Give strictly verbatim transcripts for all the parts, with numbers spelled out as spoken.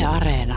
Areena.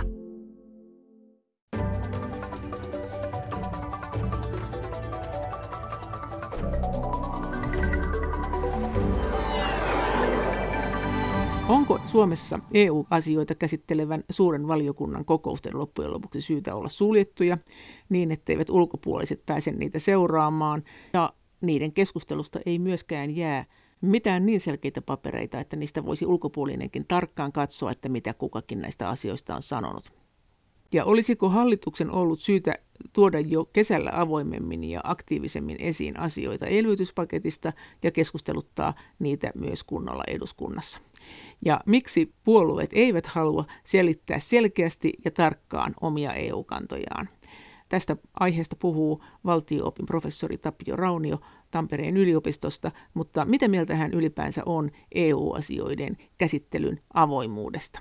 Onko Suomessa E U-asioita käsittelevän suuren valiokunnan kokousten loppujen lopuksi syytä olla suljettuja niin, etteivät ulkopuoliset pääse niitä seuraamaan, ja niiden keskustelusta ei myöskään jää mitään niin selkeitä papereita, että niistä voisi ulkopuolinenkin tarkkaan katsoa, että mitä kukakin näistä asioista on sanonut. Ja olisiko hallituksen ollut syytä tuoda jo kesällä avoimemmin ja aktiivisemmin esiin asioita elvytyspaketista ja keskusteluttaa niitä myös kunnolla eduskunnassa? Ja miksi puolueet eivät halua selittää selkeästi ja tarkkaan omia E U-kantojaan? Tästä aiheesta puhuu valtio-opin professori Tapio Raunio Tampereen yliopistosta, mutta mitä mieltä hän ylipäänsä on E U-asioiden käsittelyn avoimuudesta?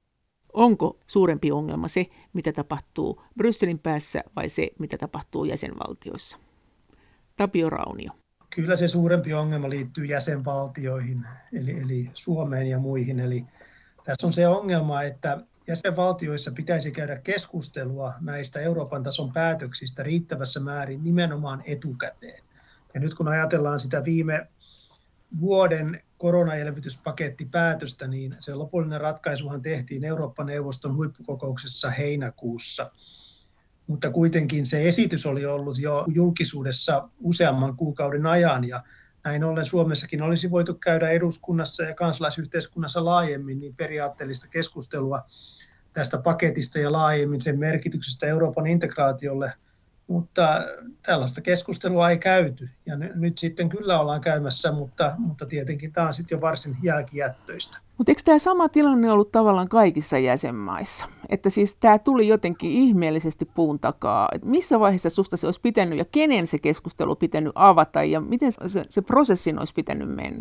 Onko suurempi ongelma se, mitä tapahtuu Brysselin päässä, vai se, mitä tapahtuu jäsenvaltioissa? Tapio Raunio. Kyllä se suurempi ongelma liittyy jäsenvaltioihin, eli, eli Suomeen ja muihin. Eli tässä on se ongelma, että jäsenvaltioissa pitäisi käydä keskustelua näistä Euroopan tason päätöksistä riittävässä määrin nimenomaan etukäteen. Ja nyt kun ajatellaan sitä viime vuoden koronaelvytyspakettipäätöstä, niin se lopullinen ratkaisuhan tehtiin Eurooppa-neuvoston huippukokouksessa heinäkuussa. Mutta kuitenkin se esitys oli ollut jo julkisuudessa useamman kuukauden ajan, ja näin ollen Suomessakin olisi voitu käydä eduskunnassa ja kansalaisyhteiskunnassa laajemmin niin periaatteellista keskustelua tästä paketista ja laajemmin sen merkityksestä Euroopan integraatiolle, mutta tällaista keskustelua ei käyty. Ja nyt sitten kyllä ollaan käymässä, mutta, mutta tietenkin tämä on sitten jo varsin jälkijättöistä. Mutta eikö tämä sama tilanne ollut tavallaan kaikissa jäsenmaissa? Että siis tämä tuli jotenkin ihmeellisesti puun takaa. Et missä vaiheessa susta se olisi pitänyt ja kenen se keskustelu pitänyt avata ja miten se, se prosessin olisi pitänyt mennä?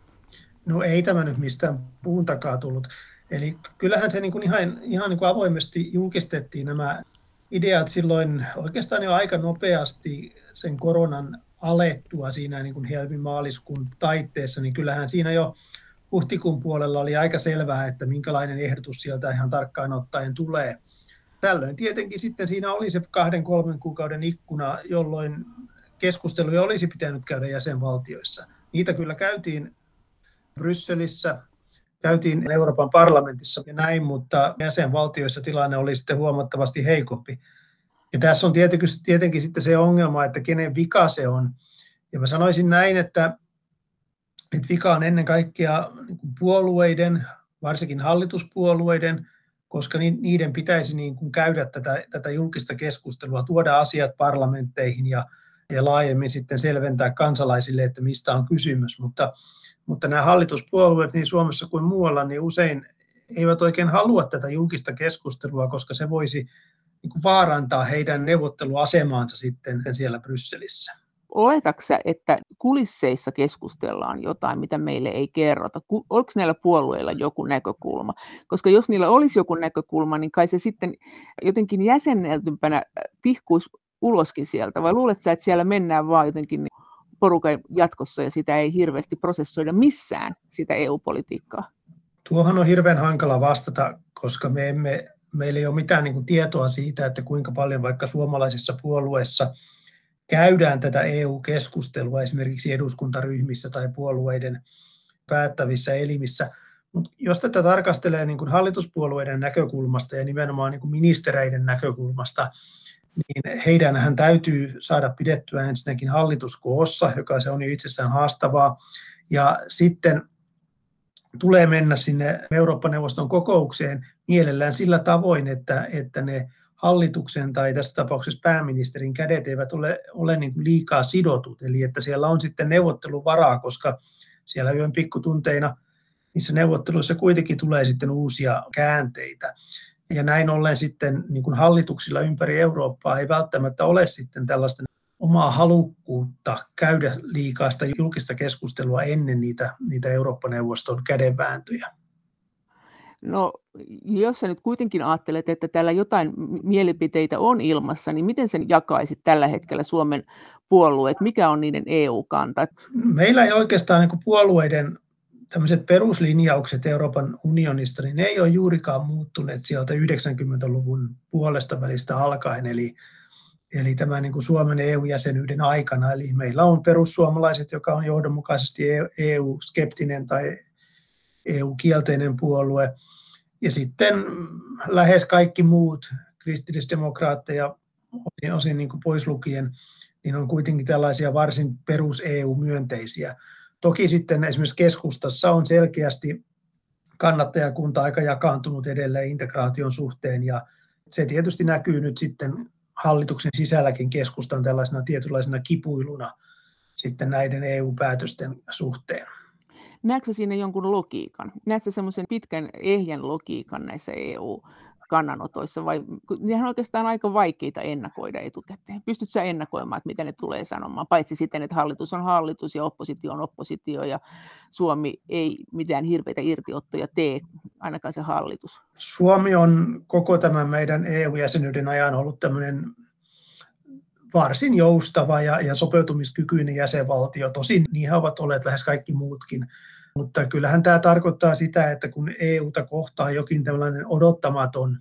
No ei tämä nyt mistään puun takaa tullut. Eli kyllähän se niin kuin ihan, ihan niin kuin avoimesti julkistettiin nämä ideat silloin oikeastaan jo aika nopeasti sen koronan alettua siinä niin kuin helmi-maaliskuun taitteessa, niin kyllähän siinä jo huhtikuun puolella oli aika selvää, että minkälainen ehdotus sieltä ihan tarkkaan ottaen tulee. Tällöin tietenkin sitten siinä oli se kahden, kolmen kuukauden ikkuna, jolloin keskusteluja olisi pitänyt käydä jäsenvaltioissa. Niitä kyllä käytiin Brysselissä, käytiin Euroopan parlamentissa ja näin, mutta jäsenvaltioissa tilanne oli sitten huomattavasti heikompi. Ja tässä on tietenkin, tietenkin sitten se ongelma, että kenen vika se on. Ja mä sanoisin näin, että, että vika on ennen kaikkea niin kuin puolueiden, varsinkin hallituspuolueiden, koska niiden pitäisi niin kuin käydä tätä, tätä julkista keskustelua, tuoda asiat parlamentteihin ja, ja laajemmin sitten selventää kansalaisille, että mistä on kysymys. Mutta Mutta nämä hallituspuolueet niin Suomessa kuin muualla niin usein eivät oikein halua tätä julkista keskustelua, koska se voisi niin kuin vaarantaa heidän neuvotteluasemaansa sitten siellä Brysselissä. Oletatko sä, että kulisseissa keskustellaan jotain, mitä meille ei kerrota? Oliko näillä puolueilla joku näkökulma? Koska jos niillä olisi joku näkökulma, niin kai se sitten jotenkin jäsenneltympänä tihkuisi uloskin sieltä. Vai luuletko sä, että siellä mennään vaan jotenkin porukan jatkossa ja sitä ei hirveästi prosessoida missään, sitä E U-politiikkaa? Tuohon on hirveän hankala vastata, koska me emme, meillä ei ole mitään niin kuin tietoa siitä, että kuinka paljon vaikka suomalaisissa puolueissa käydään tätä E U-keskustelua esimerkiksi eduskuntaryhmissä tai puolueiden päättävissä elimissä. Mutta jos tätä tarkastelee niin kuin hallituspuolueiden näkökulmasta ja nimenomaan niin kuin ministereiden näkökulmasta, niin heidänhän täytyy saada pidettyä ensinnäkin hallitus koossa, joka se on jo itsessään haastavaa, ja sitten tulee mennä sinne Eurooppa-neuvoston kokoukseen mielellään sillä tavoin, että, että ne hallituksen tai tässä tapauksessa pääministerin kädet eivät ole, ole niin kuin liikaa sidotut, eli että siellä on sitten neuvotteluvaraa, koska siellä yön pikkutunteina niissä neuvotteluissa kuitenkin tulee sitten uusia käänteitä. Ja näin ollen sitten niin kuin hallituksilla ympäri Eurooppaa ei välttämättä ole sitten tällaista omaa halukkuutta käydä liikaa sitä julkista keskustelua ennen niitä, niitä Eurooppa-neuvoston kädenvääntöjä. No, jos sä nyt kuitenkin ajattelet, että täällä jotain mielipiteitä on ilmassa, niin miten sen jakaisit tällä hetkellä Suomen puolueet? Mikä on niiden E U-kanta? Meillä ei oikeastaan niin kuin puolueiden tämmöiset peruslinjaukset Euroopan unionista, niin ne ei ole juurikaan muuttuneet sieltä yhdeksänkymmentäluvun puolesta välistä alkaen, eli, eli tämä niin kuin Suomen E U-jäsenyyden aikana. Eli meillä on perussuomalaiset, joka on johdonmukaisesti E U-skeptinen tai E U-kielteinen puolue, ja sitten lähes kaikki muut kristillisdemokraatteja osin, osin niin kuin pois lukien, niin on kuitenkin tällaisia varsin perus-E U-myönteisiä. Toki sitten esimerkiksi keskustassa on selkeästi kannattajakunta aika jakaantunut edelleen integraation suhteen, ja se tietysti näkyy nyt sitten hallituksen sisälläkin keskustan tällaisena tietynlaisena kipuiluna sitten näiden E U-päätösten suhteen. Näetkö siinä jonkun logiikan? Näetkö semmoisen pitkän ehjän logiikan näissä E U-kannanotoissa, vai nehän on oikeastaan aika vaikeita ennakoida etukäteen? Pystytkö sä ennakoimaan, että mitä ne tulee sanomaan, paitsi sitten, että hallitus on hallitus ja oppositio on oppositio ja Suomi ei mitään hirveitä irtiottoja tee, ainakaan se hallitus? Suomi on koko tämän meidän E U-jäsenyyden ajan ollut tämmöinen varsin joustava ja, ja sopeutumiskykyinen jäsenvaltio. Tosin niinhän ovat olleet lähes kaikki muutkin. Mutta kyllähän tämä tarkoittaa sitä, että kun E U:ta kohtaa jokin tällainen odottamaton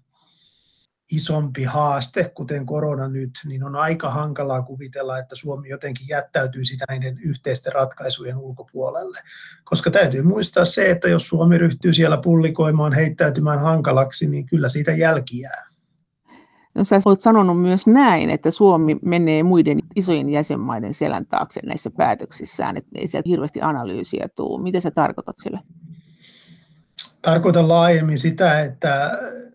isompi haaste, kuten korona nyt, niin on aika hankalaa kuvitella, että Suomi jotenkin jättäytyisi näiden yhteisten ratkaisujen ulkopuolelle. Koska täytyy muistaa se, että jos Suomi ryhtyy siellä pullikoimaan, heittäytymään hankalaksi, niin kyllä siitä jälki jää. No, sä olet sanonut myös näin, että Suomi menee muiden isojen jäsenmaiden selän taakse näissä päätöksissään, että ei sieltä hirveästi analyysiä tule. Mitä sä tarkoitat sillä? Tarkoitan laajemmin sitä, että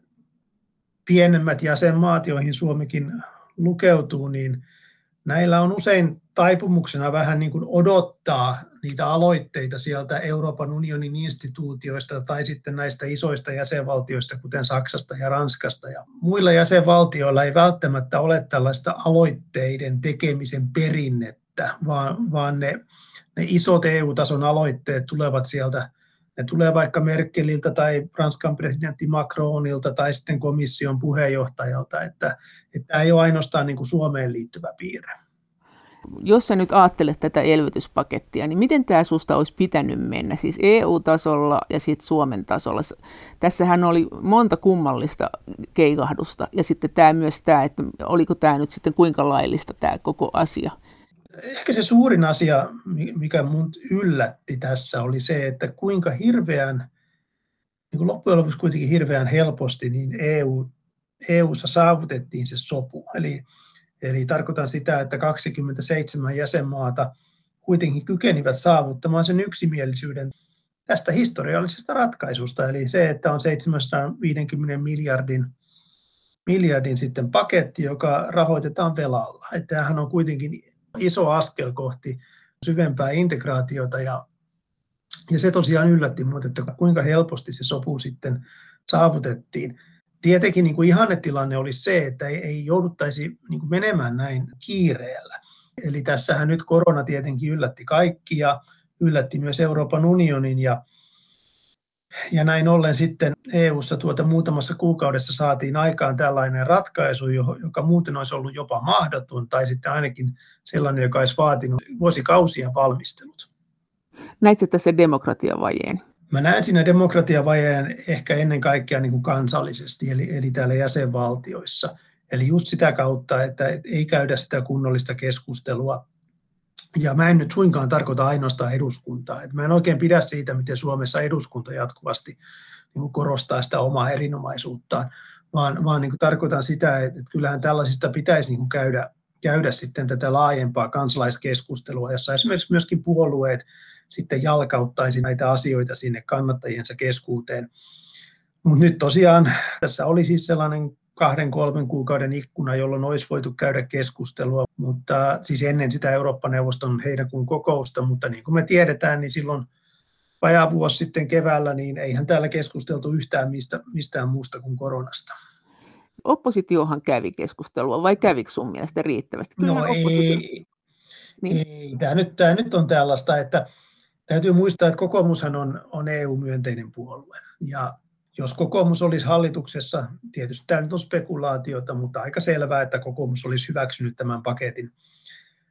pienemmät jäsenmaat, joihin Suomikin lukeutuu, niin näillä on usein taipumuksena vähän niin kuin odottaa niitä aloitteita sieltä Euroopan unionin instituutioista tai sitten näistä isoista jäsenvaltioista, kuten Saksasta ja Ranskasta. Ja muilla jäsenvaltioilla ei välttämättä ole tällaista aloitteiden tekemisen perinnettä, vaan, vaan ne, ne isot E U-tason aloitteet tulevat sieltä. Ne tulee vaikka Merkeliltä tai Ranskan presidentti Macronilta tai sitten komission puheenjohtajalta, että, että tämä ei ole ainoastaan niin kuin Suomeen liittyvä piirre. Jos sä nyt ajattelet tätä elvytyspakettia, niin miten tämä susta olisi pitänyt mennä, siis E U-tasolla ja sitten Suomen tasolla? Tässähän oli monta kummallista keikahdusta ja sitten tämä myös tämä, että oliko tämä nyt sitten kuinka laillista tämä koko asia? Ehkä se suurin asia, mikä minut yllätti tässä, oli se, että kuinka hirveän, niin kuin loppujen lopuksi kuitenkin hirveän helposti, niin E U, E U:ssa saavutettiin se sopu. Eli, eli tarkoitan sitä, että kaksikymmentäseitsemän jäsenmaata kuitenkin kykenivät saavuttamaan sen yksimielisyyden tästä historiallisesta ratkaisusta. Eli se, että on seitsemänsataaviisikymmentä miljardin, miljardin sitten paketti, joka rahoitetaan velalla. Että tämähän on kuitenkin iso askel kohti syvempää integraatiota, ja, ja se tosiaan yllätti minut, että kuinka helposti se sopu sitten saavutettiin. Tietenkin niin kuin ihannetilanne olisi se, että ei, ei jouduttaisi niin kuin menemään näin kiireellä. Eli tässähän nyt korona tietenkin yllätti kaikki ja yllätti myös Euroopan unionin, ja Ja näin ollen sitten E U:ssa tuota muutamassa kuukaudessa saatiin aikaan tällainen ratkaisu, joka muuten olisi ollut jopa mahdoton, tai sitten ainakin sellainen, joka olisi vaatinut vuosikausien valmistelut. Näetkö tässä demokratiavajeen? Mä näen siinä demokratiavajeen ehkä ennen kaikkea niin kuin kansallisesti, eli, eli täällä jäsenvaltioissa. Eli just sitä kautta, että ei käydä sitä kunnollista keskustelua. Ja mä en nyt suinkaan tarkoita ainoastaan eduskuntaa. Et mä en oikein pidä siitä, miten Suomessa eduskunta jatkuvasti niin korostaa sitä omaa erinomaisuuttaan, vaan, vaan niin tarkoitan sitä, että, että kyllähän tällaisista pitäisi niin käydä, käydä sitten tätä laajempaa kansalaiskeskustelua, jossa esimerkiksi myöskin puolueet sitten jalkauttaisi näitä asioita sinne kannattajiensa keskuuteen. Mutta nyt tosiaan tässä oli siis sellainen kahden, kolmen kuukauden ikkuna, jolloin olisi voitu käydä keskustelua, mutta siis ennen sitä Eurooppa-neuvoston heinäkuun kokousta, mutta niin kuin me tiedetään, niin silloin vajaa vuosi sitten keväällä, niin eihän täällä keskusteltu yhtään mistä, mistään muusta kuin koronasta. Oppositiohan kävi keskustelua, vai kävikö sun mielestä riittävästi? Kyllä no ei, niin. ei. Tämä nyt, tämä nyt on tällaista, että täytyy muistaa, että kokoomushan on, on E U-myönteinen puolue, ja jos kokoomus olisi hallituksessa, tietysti tämä nyt on spekulaatiota, mutta aika selvää, että kokoomus olisi hyväksynyt tämän paketin,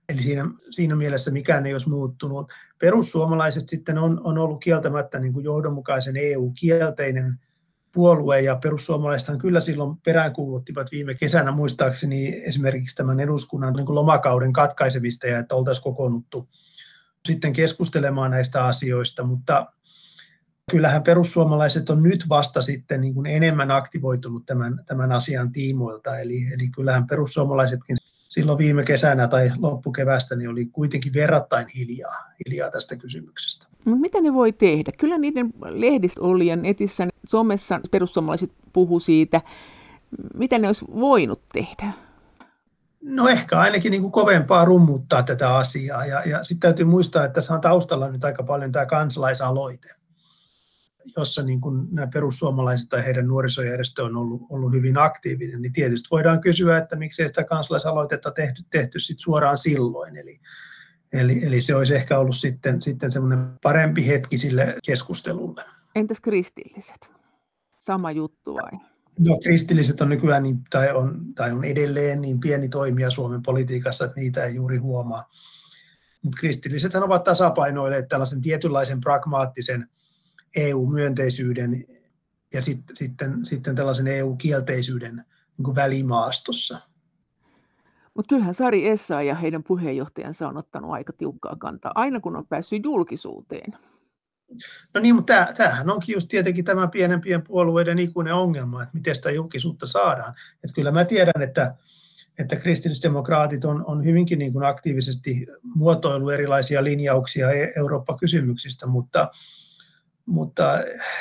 Eli siinä, siinä mielessä mikään ei olisi muuttunut. Perussuomalaiset sitten on, on ollut kieltämättä niin kuin johdonmukaisen E U-kielteinen puolue, ja perussuomalaisethan kyllä silloin peräänkuuluttivat viime kesänä muistaakseni esimerkiksi tämän eduskunnan niin kuin lomakauden katkaisemista, ja että oltaisiin kokoonnuttu sitten keskustelemaan näistä asioista, mutta kyllähän perussuomalaiset on nyt vasta sitten niin kuin enemmän aktivoitunut tämän, tämän asian tiimoilta, eli, eli kyllähän perussuomalaisetkin silloin viime kesänä tai loppukevästä niin oli kuitenkin verrattain hiljaa, hiljaa tästä kysymyksestä. Mutta mitä ne voi tehdä? Kyllä niiden lehdissä oli ja netissä, somessa perussuomalaiset puhu siitä. Mitä ne olisi voinut tehdä? No ehkä ainakin niin kuin kovempaa rummuttaa tätä asiaa. Ja, ja sitten täytyy muistaa, että tässä on taustalla nyt aika paljon tämä kansalaisaloite, jossa niin kuin nämä perussuomalaiset tai heidän nuorisojärjestö on ollut, ollut hyvin aktiivinen. Niin tietysti voidaan kysyä, että miksei sitä kansalaisaloitetta tehty, tehty sit suoraan silloin. Eli, eli, eli se olisi ehkä ollut sitten, sitten semmoinen parempi hetki sille keskustelulle. Entäs kristilliset? Sama juttu vai? No, kristilliset on nykyään niin, tai, on, tai on edelleen niin pieni toimija Suomen politiikassa, että niitä ei juuri huomaa. Mutta kristillisethän ovat tasapainoilleet tällaisen tietynlaisen pragmaattisen E U-myönteisyyden ja sit, sitten, sitten tällaisen E U-kielteisyyden niin kuin välimaastossa. Mutta kyllähän Sari Essayah ja heidän puheenjohtajansa on ottanut aika tiukkaa kantaa, aina kun on päässyt julkisuuteen. No niin, mutta tämähän onkin just tietenkin tämän pienempien puolueiden ikuinen ongelma, että miten sitä julkisuutta saadaan. Että kyllä mä tiedän, että, että kristillisdemokraatit on, on hyvinkin niin kuin aktiivisesti muotoillut erilaisia linjauksia Eurooppa-kysymyksistä, mutta, mutta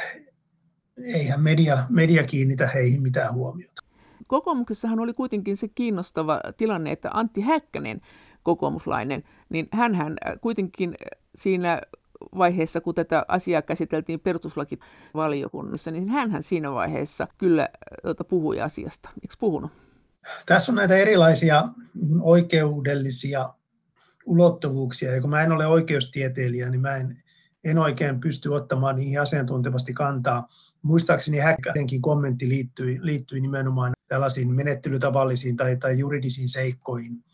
eihän media, media kiinnitä heihin mitään huomiota. Kokoomuksessahan oli kuitenkin se kiinnostava tilanne, että Antti Häkkänen, kokoomuslainen, niin hänhän kuitenkin siinä vaiheessa, kun tätä asiaa käsiteltiin perustuslakivaliokunnassa, niin hänhän siinä vaiheessa kyllä tuota, puhui asiasta. Eikö puhunut? Tässä on näitä erilaisia oikeudellisia ulottuvuuksia, ja kun mä en ole oikeustieteilijä, niin mä en, en oikein pysty ottamaan niihin asiantuntevasti kantaa. Muistaakseni Häkkäsenkin kommentti liittyi, liittyi nimenomaan tällaisiin menettelytavallisiin tai, tai juridisiin seikkoihin.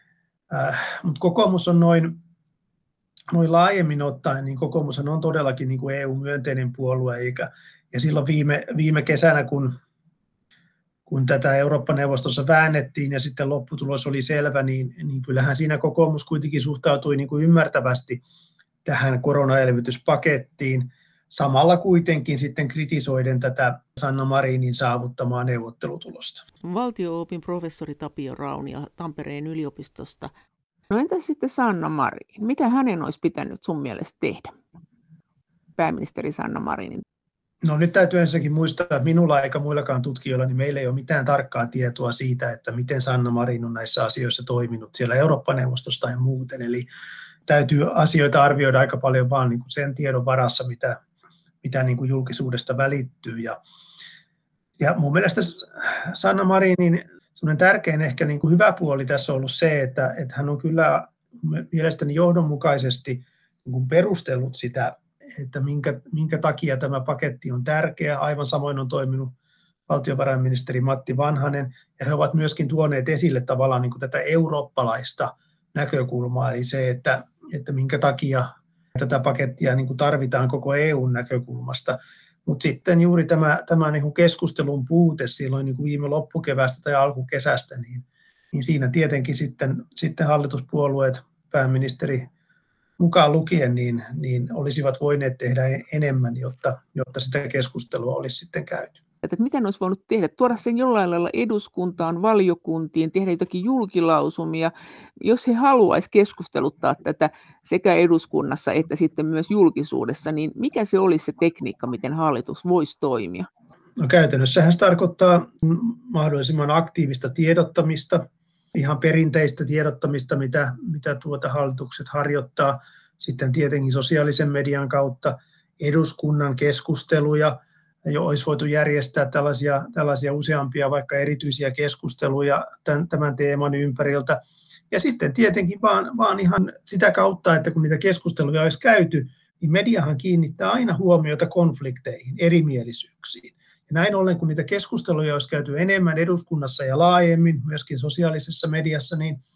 Äh, mutta kokoomus on noin Noin laajemmin ottaen, niin kokoomus on todellakin niin kuin E U-myönteinen puolue, eikä, ja silloin viime, viime kesänä, kun, kun tätä Eurooppa-neuvostossa väännettiin ja sitten lopputulos oli selvä, niin, niin kyllähän siinä kokoomus kuitenkin suhtautui niin kuin ymmärtävästi tähän koronaelvytyspakettiin, samalla kuitenkin sitten kritisoiden tätä Sanna Marinin saavuttamaa neuvottelutulosta. Valtio-opin professori Tapio Raunio Tampereen yliopistosta. No entä sitten Sanna Marin? Mitä hänen olisi pitänyt sun mielestä tehdä? Pääministeri Sanna Marinin. No nyt täytyy ensinnäkin muistaa, että minulla eikä muillakaan tutkijoilla, niin meillä ei ole mitään tarkkaa tietoa siitä, että miten Sanna Marin on näissä asioissa toiminut siellä Eurooppa-neuvostossa tai muuten. Eli täytyy asioita arvioida aika paljon vaan niin kuin sen tiedon varassa, mitä, mitä niin kuin julkisuudesta välittyy. Ja, ja mun mielestä Sanna Marinin semmoinen tärkein ehkä niin kuin hyvä puoli tässä on ollut se, että, että hän on kyllä mielestäni johdonmukaisesti niin kuin perustellut sitä, että minkä, minkä takia tämä paketti on tärkeä. Aivan samoin on toiminut valtiovarainministeri Matti Vanhanen, ja he ovat myöskin tuoneet esille tavallaan niin kuin tätä eurooppalaista näkökulmaa, eli se, että, että minkä takia tätä pakettia niin kuin tarvitaan koko E U:n näkökulmasta. Mutta sitten juuri tämä, tämä niin kuin keskustelun puute silloin niin kuin viime loppukevästä tai alkukesästä, niin, niin siinä tietenkin sitten, sitten hallituspuolueet, pääministeri mukaan lukien, niin, niin olisivat voineet tehdä enemmän, jotta, jotta sitä keskustelua olisi sitten käyty. Että miten olisi voinut tehdä? Tuoda sen jollain lailla eduskuntaan, valiokuntiin, tehdä jotakin julkilausumia, jos he haluaisi keskusteluttaa tätä sekä eduskunnassa että sitten myös julkisuudessa, niin mikä se olisi se tekniikka, miten hallitus voisi toimia? No käytännössähän se tarkoittaa mahdollisimman aktiivista tiedottamista, ihan perinteistä tiedottamista, mitä, mitä tuota hallitukset harjoittaa, sitten tietenkin sosiaalisen median kautta, eduskunnan keskusteluja, jo olisi voitu järjestää tällaisia, tällaisia useampia vaikka erityisiä keskusteluja tämän, tämän teeman ympäriltä. Ja sitten tietenkin vaan, vaan ihan sitä kautta, että kun niitä keskusteluja olisi käyty, niin mediahan kiinnittää aina huomiota konflikteihin, erimielisyyksiin. Ja näin ollen, kun niitä keskusteluja olisi käyty enemmän eduskunnassa ja laajemmin, myöskin sosiaalisessa mediassa, niin,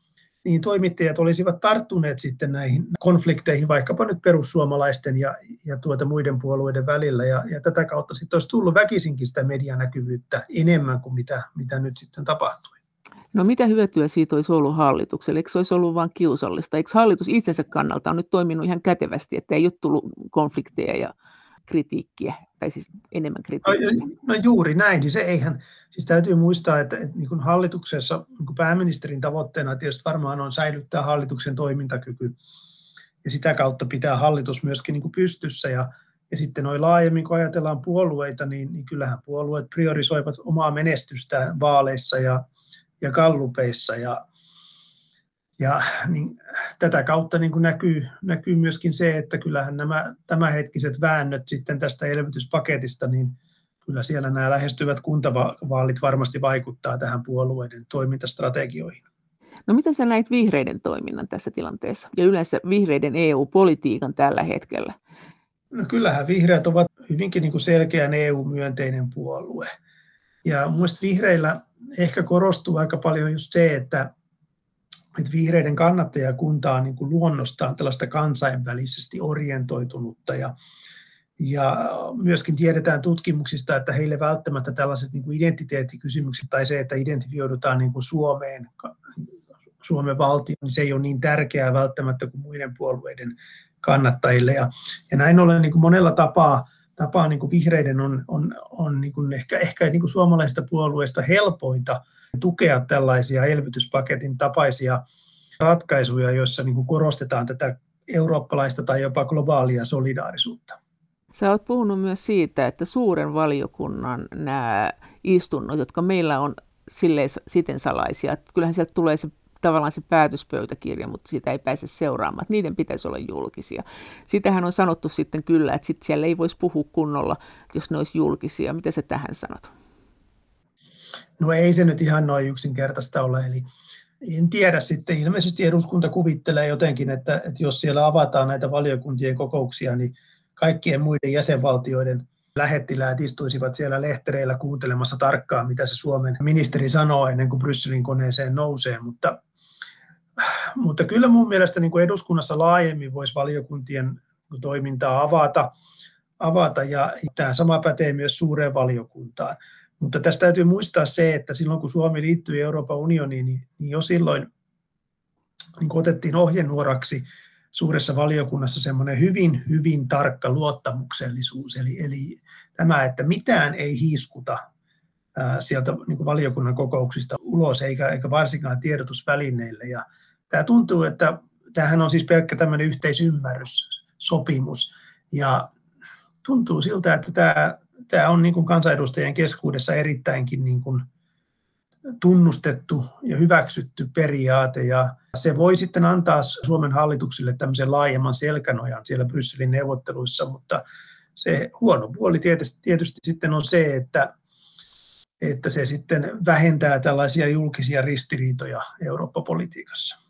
niin toimittajat olisivat tarttuneet sitten näihin konflikteihin, vaikkapa nyt perussuomalaisten ja, ja tuota muiden puolueiden välillä. Ja, ja tätä kautta sitten olisi tullut väkisinkin sitä medianäkyvyyttä enemmän kuin mitä, mitä nyt sitten tapahtui. No mitä hyötyä siitä olisi ollut hallitukselle? Eikö se olisi ollut vain kiusallista? Eikö hallitus itsensä kannalta on nyt toiminut ihan kätevästi, että ei ole tullut konflikteja ja kritiikkiä, tai siis enemmän kritiikkiä? No, no juuri näin. Siis, eihän, siis täytyy muistaa, että, että niin kuin hallituksessa niin kuin pääministerin tavoitteena tietysti varmaan on säilyttää hallituksen toimintakyky, ja sitä kautta pitää hallitus myöskin niin kuin pystyssä. Ja, ja sitten noin laajemmin, kun ajatellaan puolueita, niin, niin kyllähän puolueet priorisoivat omaa menestystään vaaleissa ja, ja gallupeissa, ja Ja niin, tätä kautta niin kuin näkyy, näkyy myöskin se, että kyllähän nämä tämänhetkiset väännöt sitten tästä elvytyspaketista, niin kyllä siellä nämä lähestyvät kuntavaalit varmasti vaikuttaa tähän puolueiden toimintastrategioihin. No miten sä näit vihreiden toiminnan tässä tilanteessa ja yleensä vihreiden E U-politiikan tällä hetkellä? No kyllähän vihreät ovat hyvinkin niin kuin selkeän E U-myönteinen puolue. Ja mun mielestä vihreillä ehkä korostuu aika paljon just se, että että vihreiden kannattajakunta on niin kuin luonnostaan tällaista kansainvälisesti orientoitunutta ja, ja myöskin tiedetään tutkimuksista, että heille välttämättä tällaiset niin kuin identiteettikysymykset tai se, että identifioidutaan niin kuin Suomeen, Suomen valtioon, niin se ei ole niin tärkeää välttämättä kuin muiden puolueiden kannattajille. Ja, ja näin ollen niin kuin monella tapaa, tapaa niin kuin vihreiden on, on, on niin kuin ehkä, ehkä niin kuin suomalaisista puolueista helpointa tukea tällaisia elvytyspaketin tapaisia ratkaisuja, joissa niin kuin korostetaan tätä eurooppalaista tai jopa globaalia solidaarisuutta. Sä oot puhunut myös siitä, että suuren valiokunnan nämä istunnot, jotka meillä on silleen, siten salaisia, että kyllähän sieltä tulee se tavallaan se päätöspöytäkirja, mutta sitä ei pääse seuraamaan, että niiden pitäisi olla julkisia. Sitähän on sanottu sitten kyllä, että sit siellä ei voisi puhua kunnolla, jos ne olisi julkisia. Mitä sä tähän sanot? No ei se nyt ihan noin yksinkertaista ole, eli en tiedä sitten. Ilmeisesti eduskunta kuvittelee jotenkin, että, että jos siellä avataan näitä valiokuntien kokouksia, niin kaikkien muiden jäsenvaltioiden lähettiläät istuisivat siellä lehtereillä kuuntelemassa tarkkaan, mitä se Suomen ministeri sanoo ennen kuin Brysselin koneeseen nousee, mutta, mutta kyllä mun mielestä niin kuin eduskunnassa laajemmin voisi valiokuntien toimintaa avata, avata ja tämä sama pätee myös suureen valiokuntaan. Mutta tästä täytyy muistaa se, että silloin kun Suomi liittyi Euroopan unioniin, niin, niin jo silloin niin otettiin ohjenuoraksi suuressa valiokunnassa semmoinen hyvin, hyvin tarkka luottamuksellisuus. Eli, eli tämä, että mitään ei hiiskuta ää, sieltä niin kuin valiokunnan kokouksista ulos, eikä, eikä varsinkaan tiedotusvälineille. Ja tämä tuntuu, että tämähän on siis pelkkä tämmöinen yhteisymmärryssopimus. Ja tuntuu siltä, että tämä, tämä on niin kuin kansanedustajien keskuudessa erittäinkin niin kuin tunnustettu ja hyväksytty periaate, ja se voi sitten antaa Suomen hallitukselle tämmöisen laajemman selkänojan siellä Brysselin neuvotteluissa, mutta se huono puoli tietysti, tietysti sitten on se, että, että se sitten vähentää tällaisia julkisia ristiriitoja Eurooppa-politiikassa.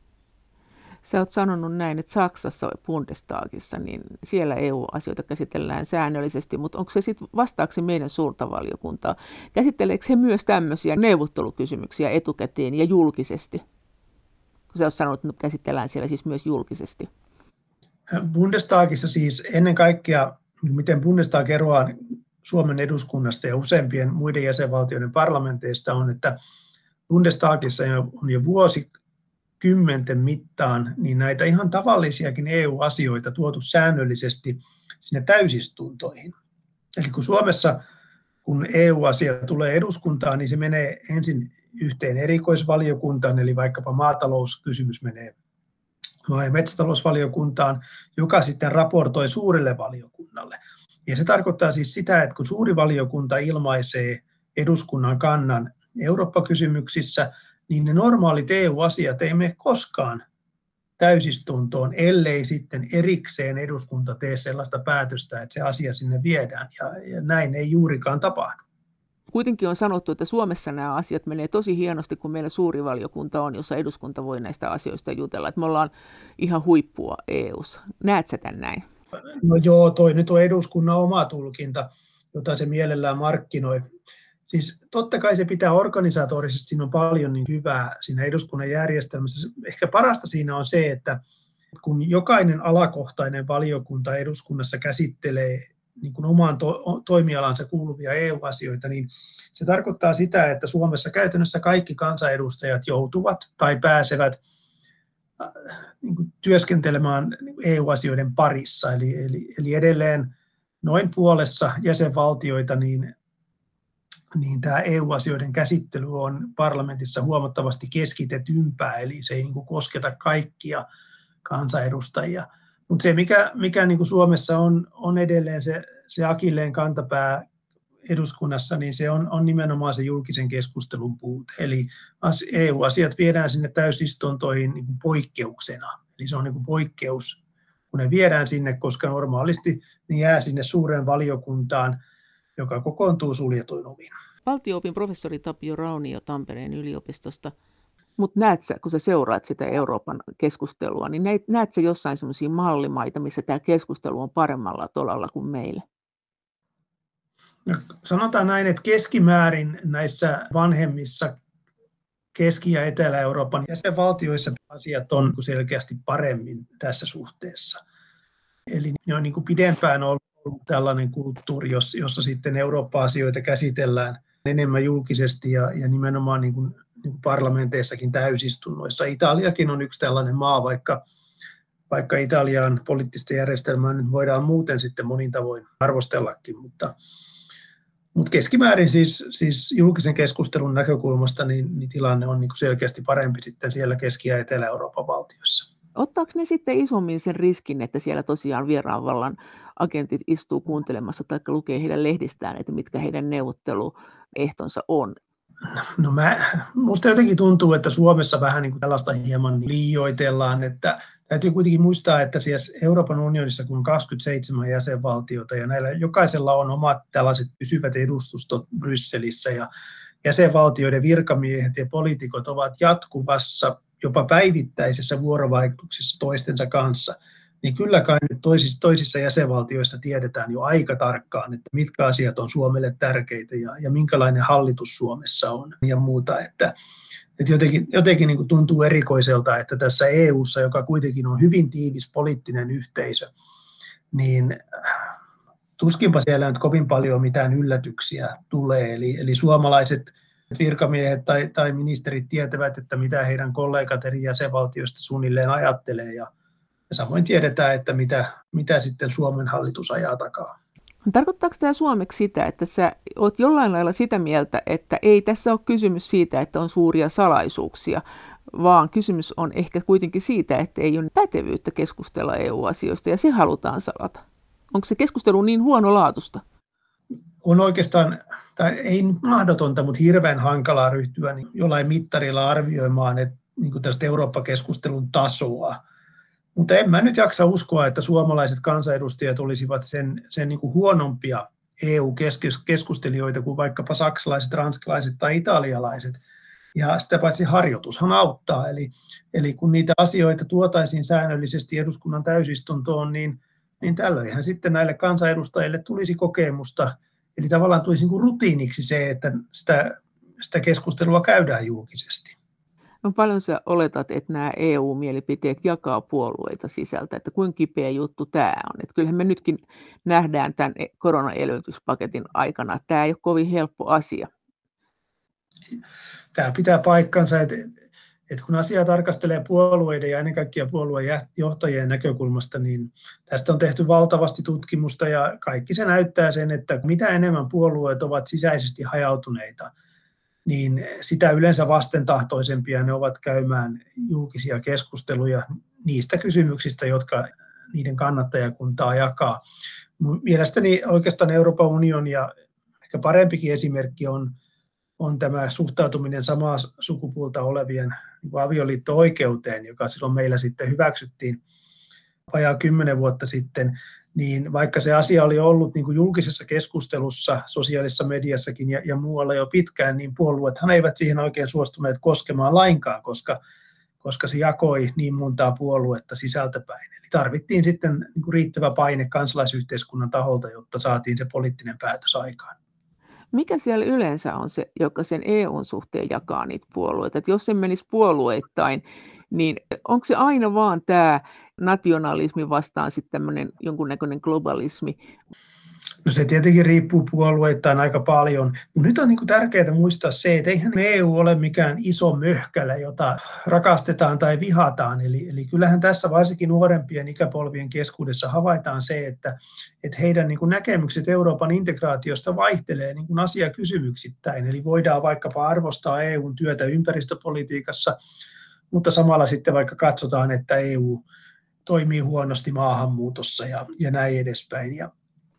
Sä oot sanonut näin, että Saksassa Bundestagissa, niin siellä E U-asioita käsitellään säännöllisesti, mutta onko se sitten vastaaksi meidän suurta valiokuntaa? Käsitteleekö he myös tämmöisiä neuvottelukysymyksiä etukäteen ja julkisesti? Kun sä oot sanonut, että käsitellään siellä siis myös julkisesti. Bundestagissa siis ennen kaikkea, miten Bundestag eroaa Suomen eduskunnasta ja useimpien muiden jäsenvaltioiden parlamenteista on, että Bundestagissa on jo vuosi kymmenten mittaan, niin näitä ihan tavallisiakin E U-asioita tuotu säännöllisesti sinne täysistuntoihin. Eli kun Suomessa, kun E U-asia tulee eduskuntaan, niin se menee ensin yhteen erikoisvaliokuntaan, eli vaikkapa maatalouskysymys menee maa- ja metsätalousvaliokuntaan, joka sitten raportoi suurelle valiokunnalle. Ja se tarkoittaa siis sitä, että kun suuri valiokunta ilmaisee eduskunnan kannan Eurooppa-kysymyksissä, niin ne normaalit E U-asiat ei mene koskaan täysistuntoon, ellei sitten erikseen eduskunta tee sellaista päätöstä, että se asia sinne viedään, ja, ja näin ei juurikaan tapahdu. Kuitenkin on sanottu, että Suomessa nämä asiat menee tosi hienosti, kun meillä suuri valiokunta on, jossa eduskunta voi näistä asioista jutella, että me ollaan ihan huippua E U:ssa. Näet sä tämän näin? No joo, toi nyt on eduskunnan oma tulkinta, jota se mielellään markkinoi. Siis totta kai se pitää organisatorisesti, siinä on paljon niin hyvää siinä eduskunnan järjestelmässä. Ehkä parasta siinä on se, että kun jokainen alakohtainen valiokunta eduskunnassa käsittelee niin kuin omaan to- toimialansa kuuluvia E U-asioita, niin se tarkoittaa sitä, että Suomessa käytännössä kaikki kansanedustajat joutuvat tai pääsevät niin kuin työskentelemään E U-asioiden parissa. Eli, eli, eli edelleen noin puolessa jäsenvaltioita niin niin tämä E U-asioiden käsittely on parlamentissa huomattavasti keskitetympää, eli se ei niin kuin kosketa kaikkia kansanedustajia. Mutta se, mikä, mikä niin kuin Suomessa on, on edelleen se, se akilleen kantapää eduskunnassa, niin se on, on nimenomaan se julkisen keskustelun puute. Eli E U-asiat viedään sinne täysistuntoihin niin kuin poikkeuksena. Eli se on niin kuin poikkeus, kun ne viedään sinne, koska normaalisti ne jää sinne suureen valiokuntaan, joka kokoontuu suljetuin ovin. Valtio-opin professori Tapio Raunio Tampereen yliopistosta. Mutta näet sä, kun sä seuraat sitä Euroopan keskustelua, niin näet sä jossain semmoisia mallimaita, missä tämä keskustelu on paremmalla tolalla kuin meillä? No, sanotaan näin, että keskimäärin näissä vanhemmissa Keski- ja Etelä-Euroopan jäsenvaltioissa asiat on selkeästi paremmin tässä suhteessa. Eli ne on niin kuin pidempään ollut tällainen kulttuuri, jossa sitten Eurooppa-asioita käsitellään enemmän julkisesti ja, ja nimenomaan niin kuin, niin kuin parlamenteissakin täysistunnoissa. Italiakin on yksi tällainen maa, vaikka, vaikka Italian poliittista järjestelmää nyt voidaan muuten sitten monin tavoin arvostellakin, mutta, mutta keskimäärin siis, siis julkisen keskustelun näkökulmasta niin, niin tilanne on niin kuin selkeästi parempi sitten siellä Keski- ja Etelä-Euroopan valtioissa. Ottaako ne sitten isommin sen riskin, että siellä tosiaan vieraanvallan agentit istuu kuuntelemassa tai lukee heidän lehdistään, että mitkä heidän neuvotteluehtonsa on? No mä, musta jotenkin tuntuu, että Suomessa vähän niin kuin tällaista hieman liioitellaan, että täytyy kuitenkin muistaa, että siis Euroopan unionissa kun on kaksikymmentäseitsemän jäsenvaltiota ja näillä jokaisella on omat tällaiset pysyvät edustustot Brysselissä ja jäsenvaltioiden virkamiehet ja poliitikot ovat jatkuvassa jopa päivittäisessä vuorovaikutuksessa toistensa kanssa, niin kyllä kai nyt toisissa, toisissa jäsenvaltioissa tiedetään jo aika tarkkaan, että mitkä asiat on Suomelle tärkeitä ja, ja minkälainen hallitus Suomessa on ja muuta. Että, että jotenkin jotenkin niin kuin tuntuu erikoiselta, että tässä E U:ssa, joka kuitenkin on hyvin tiivis poliittinen yhteisö, niin tuskinpa siellä nyt kovin paljon mitään yllätyksiä tulee. Eli, eli suomalaiset virkamiehet tai, tai ministerit tietävät, että mitä heidän kollegat eri jäsenvaltioista suunnilleen ajattelee ja Ja samoin tiedetään, että mitä, mitä sitten Suomen hallitus ajaa takaa. Tarkoittaako tämä suomeksi sitä, että sä oot jollain lailla sitä mieltä, että ei tässä ole kysymys siitä, että on suuria salaisuuksia, vaan kysymys on ehkä kuitenkin siitä, että ei ole pätevyyttä keskustella E U-asioista ja se halutaan salata? Onko se keskustelu niin huonolaatusta? On oikeastaan, tai ei mahdotonta, mutta hirveän hankalaa ryhtyä niin jollain mittarilla arvioimaan että, niin kuin tästä Eurooppa-keskustelun tasoa. Mutta en mä nyt jaksa uskoa, että suomalaiset kansanedustajat olisivat sen, sen niin kuin huonompia E U-keskustelijoita kuin vaikkapa saksalaiset, ranskalaiset tai italialaiset. Ja sitä paitsi harjoitushan auttaa. Eli, eli kun niitä asioita tuotaisiin säännöllisesti eduskunnan täysistuntoon, niin, niin tällöinhän sitten näille kansanedustajille tulisi kokemusta. Eli tavallaan tulisi niin kuin rutiiniksi se, että sitä, sitä keskustelua käydään julkisesti. No paljon sä oletat, että nämä E U-mielipiteet jakaa puolueita sisältä, että kuinka kipeä juttu tämä on. Että kyllähän me nytkin nähdään tämän koronaelvytyspaketin aikana, että tämä ei ole kovin helppo asia. Tämä pitää paikkansa, että, että kun asiaa tarkastelee puolueiden ja ennen kaikkea puolueen johtajien näkökulmasta, niin tästä on tehty valtavasti tutkimusta ja kaikki se näyttää sen, että mitä enemmän puolueet ovat sisäisesti hajautuneita, niin sitä yleensä vastentahtoisempia ne ovat käymään julkisia keskusteluja niistä kysymyksistä, jotka niiden kannattajakuntaa jakaa. Mielestäni oikeastaan Euroopan unioni ja ehkä parempikin esimerkki on, on tämä suhtautuminen samaa sukupuolta olevien avioliitto-oikeuteen, joka silloin meillä sitten hyväksyttiin vajaa kymmenen vuotta sitten. Niin vaikka se asia oli ollut niin kuin julkisessa keskustelussa, sosiaalisessa mediassakin ja, ja muualla jo pitkään, niin puolueethan eivät siihen oikein suostuneet koskemaan lainkaan, koska, koska se jakoi niin montaa puoluetta sisältäpäin. Eli tarvittiin sitten niin kuin riittävä paine kansalaisyhteiskunnan taholta, jotta saatiin se poliittinen päätös aikaan. Mikä siellä yleensä on se, joka sen E U:n suhteen jakaa niitä puolueita? Että jos se menisi puolueittain, niin onko se aina vaan tämä nationalismi vastaan sitten tämmöinen jonkunnäköinen globalismi? No se tietenkin riippuu puolueittain aika paljon, mutta nyt on niin kuin tärkeää muistaa se, että eihän E U ole mikään iso möhkälä, jota rakastetaan tai vihataan. Eli, eli kyllähän tässä varsinkin nuorempien ikäpolvien keskuudessa havaitaan se, että, että heidän niin kuin näkemykset Euroopan integraatiosta vaihtelee niin kuin asiakysymyksittäin. Eli voidaan vaikkapa arvostaa E U:n työtä ympäristöpolitiikassa, mutta samalla sitten vaikka katsotaan, että E U toimii huonosti maahanmuutossa ja, ja näin edespäin. Ja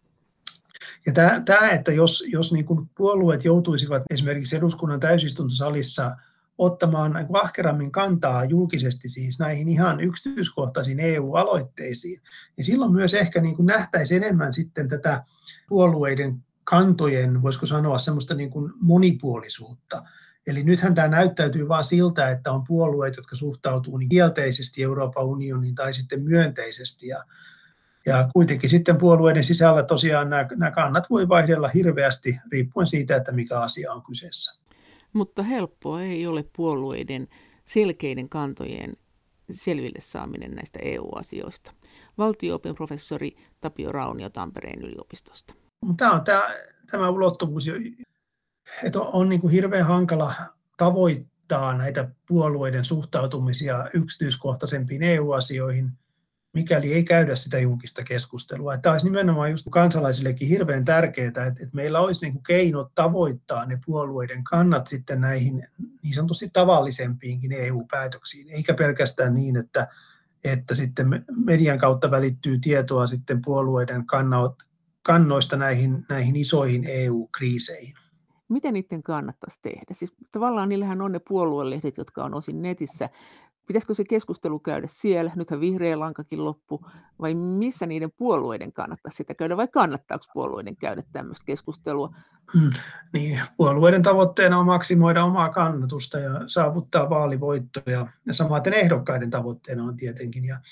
Ja tämä, tämä, että jos, jos niin kuin puolueet joutuisivat esimerkiksi eduskunnan täysistuntosalissa ottamaan ahkerammin kantaa julkisesti siis näihin ihan yksityiskohtaisiin E U-aloitteisiin, niin silloin myös ehkä niin kuin nähtäisiin enemmän sitten tätä puolueiden kantojen, voisiko sanoa, semmoista niin kuin monipuolisuutta. Eli nythän tämä näyttäytyy vain siltä, että on puolueet, jotka suhtautuu niin kielteisesti Euroopan unioniin tai sitten myönteisesti. Ja Ja kuitenkin sitten puolueiden sisällä tosiaan nämä, nämä kannat voi vaihdella hirveästi riippuen siitä, että mikä asia on kyseessä. Mutta helppoa ei ole puolueiden selkeiden kantojen selville saaminen näistä E U-asioista. Valtio-opin professori Tapio Raunio Tampereen yliopistosta. Tämä on tämä, tämä ulottuvuus, että on, on niin kuin hirveän hankala tavoittaa näitä puolueiden suhtautumisia yksityiskohtaisempiin E U-asioihin, mikäli ei käydä sitä julkista keskustelua. Tämä olisi nimenomaan just kansalaisillekin hirveän tärkeää, että meillä olisi niin kuin keinot tavoittaa ne puolueiden kannat sitten näihin niin sanotusti tavallisempiinkin E U-päätöksiin, eikä pelkästään niin, että, että sitten median kautta välittyy tietoa sitten puolueiden kannoista näihin, näihin isoihin E U-kriiseihin. Miten niiden kannattaisi tehdä? Siis tavallaan niillähän on ne puoluelehdet, jotka on osin netissä. Pitäisikö se keskustelu käydä siellä? Nythän vihreä lankakin loppu. Vai missä niiden puolueiden kannattaisi sitä käydä? Vai kannattaako puolueiden käydä tämmöistä keskustelua? Mm, niin, puolueiden tavoitteena on maksimoida omaa kannatusta ja saavuttaa vaalivoittoja. Ja samaten ehdokkaiden tavoitteena on tietenkin. Ja,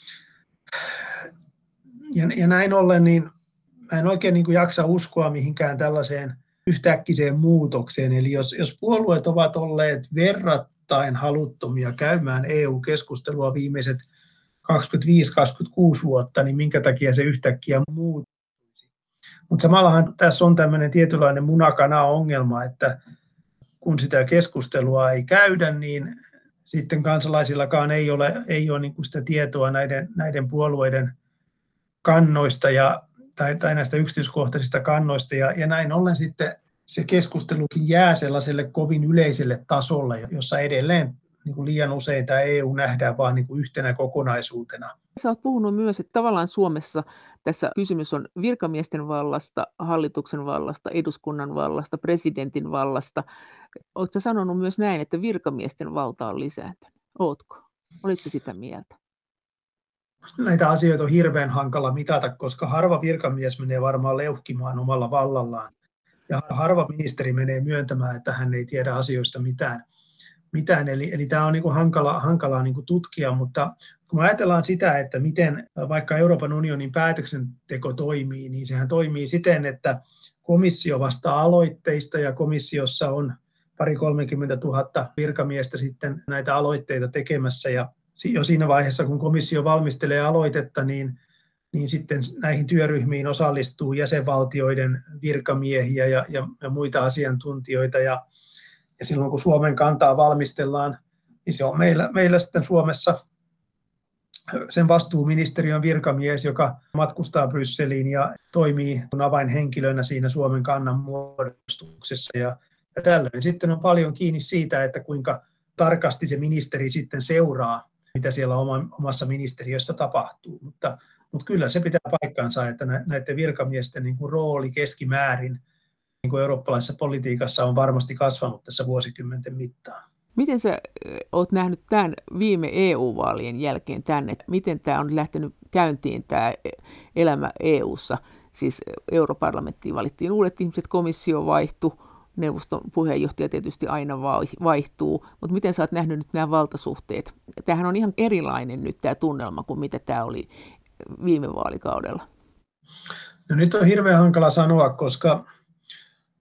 ja, ja näin ollen, niin mä en oikein niin kuin jaksa uskoa mihinkään tällaiseen yhtäkkiseen muutokseen. Eli jos, jos puolueet ovat olleet verrattain haluttomia käymään E U-keskustelua viimeiset kaksikymmentäviisi kaksikymmentäkuusi vuotta, niin minkä takia se yhtäkkiä muuttuisi. Mutta samallahan tässä on tämmöinen tietynlainen munakana-ongelma, että kun sitä keskustelua ei käydä, niin sitten kansalaisillakaan ei ole, ei ole niin kuin sitä tietoa näiden, näiden puolueiden kannoista ja Tai, tai näistä yksityiskohtaisista kannoista, ja, ja näin ollen sitten se keskustelukin jää sellaiselle kovin yleiselle tasolle, jossa edelleen niin kuin liian usein tämä E U nähdään vain niin kuin yhtenä kokonaisuutena. Sä oot puhunut myös, että tavallaan Suomessa tässä kysymys on virkamiesten vallasta, hallituksen vallasta, eduskunnan vallasta, presidentin vallasta. Oletko sä sanonut myös näin, että virkamiesten valta on lisääntynyt? Ootko? Olitko sitä mieltä? Näitä asioita on hirveän hankala mitata, koska harva virkamies menee varmaan leuhkimaan omalla vallallaan. Ja harva ministeri menee myöntämään, että hän ei tiedä asioista mitään. mitään. Eli, eli tämä on niin kuin hankala, hankalaa niin kuin tutkia, mutta kun ajatellaan sitä, että miten vaikka Euroopan unionin päätöksenteko toimii, niin sehän toimii siten, että komissio vastaa aloitteista ja komissiossa on pari kolmekymmentä tuhatta virkamiestä sitten näitä aloitteita tekemässä, ja jo siinä vaiheessa, kun komissio valmistelee aloitetta, niin, niin sitten näihin työryhmiin osallistuu jäsenvaltioiden virkamiehiä ja, ja, ja muita asiantuntijoita. Ja, ja silloin, kun Suomen kantaa valmistellaan, niin se on meillä, meillä sitten Suomessa sen vastuuministeriön virkamies, joka matkustaa Brysseliin ja toimii avainhenkilönä siinä Suomen kannan muodostuksessa. Ja, ja tällöin sitten on paljon kiinni siitä, että kuinka tarkasti se ministeri sitten seuraa, mitä siellä omassa ministeriössä tapahtuu. Mutta, mutta kyllä se pitää paikkaansa, että näiden virkamiesten niin kuin rooli keskimäärin niin kuin eurooppalaisessa politiikassa on varmasti kasvanut tässä vuosikymmenten mittaan. Miten sä oot nähnyt tämän viime E U-vaalien jälkeen tänne? Miten tämä on lähtenyt käyntiin tämä elämä E U:ssa? Siis europarlamenttiin valittiin uudet ihmiset, komissio vaihtui, neuvoston puheenjohtaja tietysti aina vaihtuu, mutta miten sä oot nähnyt nyt nämä valtasuhteet? Tämähän on ihan erilainen nyt tämä tunnelma kuin mitä tämä oli viime vaalikaudella. No nyt on hirveän hankala sanoa, koska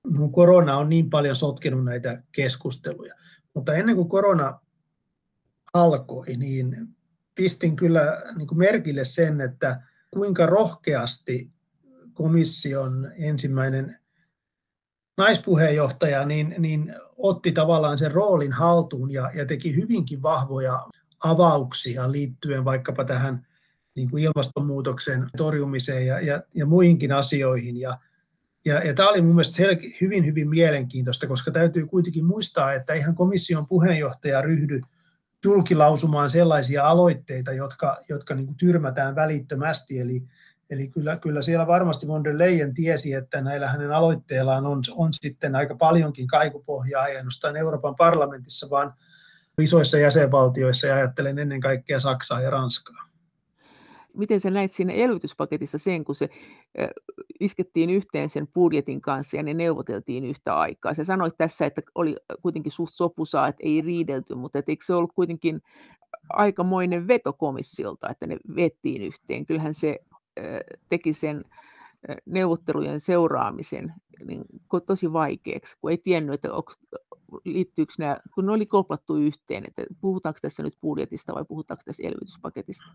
korona on niin paljon sotkenut näitä keskusteluja. Mutta ennen kuin korona alkoi, niin pistin kyllä niin kuin merkille sen, että kuinka rohkeasti komission ensimmäinen naispuheenjohtaja niin, niin otti tavallaan sen roolin haltuun ja, ja teki hyvinkin vahvoja avauksia liittyen vaikkapa tähän niin kuin ilmastonmuutoksen torjumiseen ja, ja, ja muihinkin asioihin. Ja, ja, ja tämä oli mun mielestä selke, hyvin, hyvin mielenkiintoista, koska täytyy kuitenkin muistaa, että ihan komission puheenjohtaja ryhdy julkilausumaan sellaisia aloitteita, jotka, jotka niin kuin tyrmätään välittömästi. Eli, eli kyllä, kyllä siellä varmasti von der Leyen tiesi, että näillä hänen aloitteillaan on, on sitten aika paljonkin kaikupohjaa, ei ainoastaan Euroopan parlamentissa, vaan isoissa jäsenvaltioissa, ja ajattelen ennen kaikkea Saksaa ja Ranskaa. Miten sä näit siinä elvytyspaketissa sen, kun se iskettiin yhteen sen budjetin kanssa ja ne neuvoteltiin yhtä aikaa? Sä sanoit tässä, että oli kuitenkin suht sopusaa, että ei riidelty, mutta eikö se ollut kuitenkin aikamoinen veto komissiolta, että ne vettiin yhteen? Kyllähän se teki sen neuvottelujen seuraamisen niin tosi vaikeaksi, kun ei tiennyt, että onko, liittyykö nämä, kun ne oli koplattu yhteen, että puhutaanko tässä nyt budjetista vai puhutaanko tässä elvytyspaketista?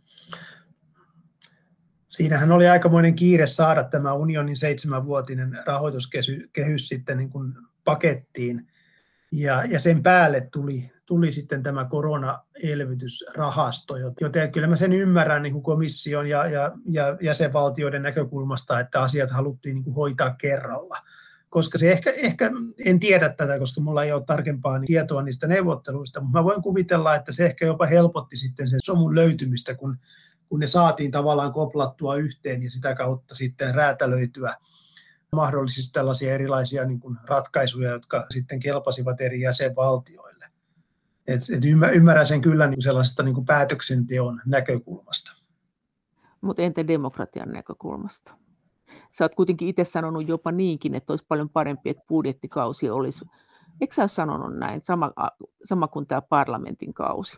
Siinähän oli aikamoinen kiire saada tämä unionin seitsemänvuotinen rahoituskehys sitten niin kuin pakettiin, ja, ja sen päälle tuli, tuli sitten tämä koronaelvytysrahasto, joten kyllä mä sen ymmärrän niin kuin komission ja, ja, ja jäsenvaltioiden näkökulmasta, että asiat haluttiin niin kuin hoitaa kerralla. Koska se ehkä, ehkä, en tiedä tätä, koska mulla ei ole tarkempaa tietoa niistä neuvotteluista, mutta mä voin kuvitella, että se ehkä jopa helpotti sitten sen somun löytymistä, kun kun ne saatiin tavallaan koplattua yhteen ja sitä kautta sitten räätälöityä mahdollisesti tällaisia erilaisia niin kuin ratkaisuja, jotka sitten kelpasivat eri jäsenvaltioille. Et, et ymmärrän sen kyllä niin kuin sellaisesta niin kuin päätöksenteon näkökulmasta. Mutta entä demokratian näkökulmasta? Sä oot kuitenkin itse sanonut jopa niinkin, että olisi paljon parempi, että budjettikausi olisi. Eikö sä ole sanonut näin, sama, sama kuin tämä parlamentin kausi?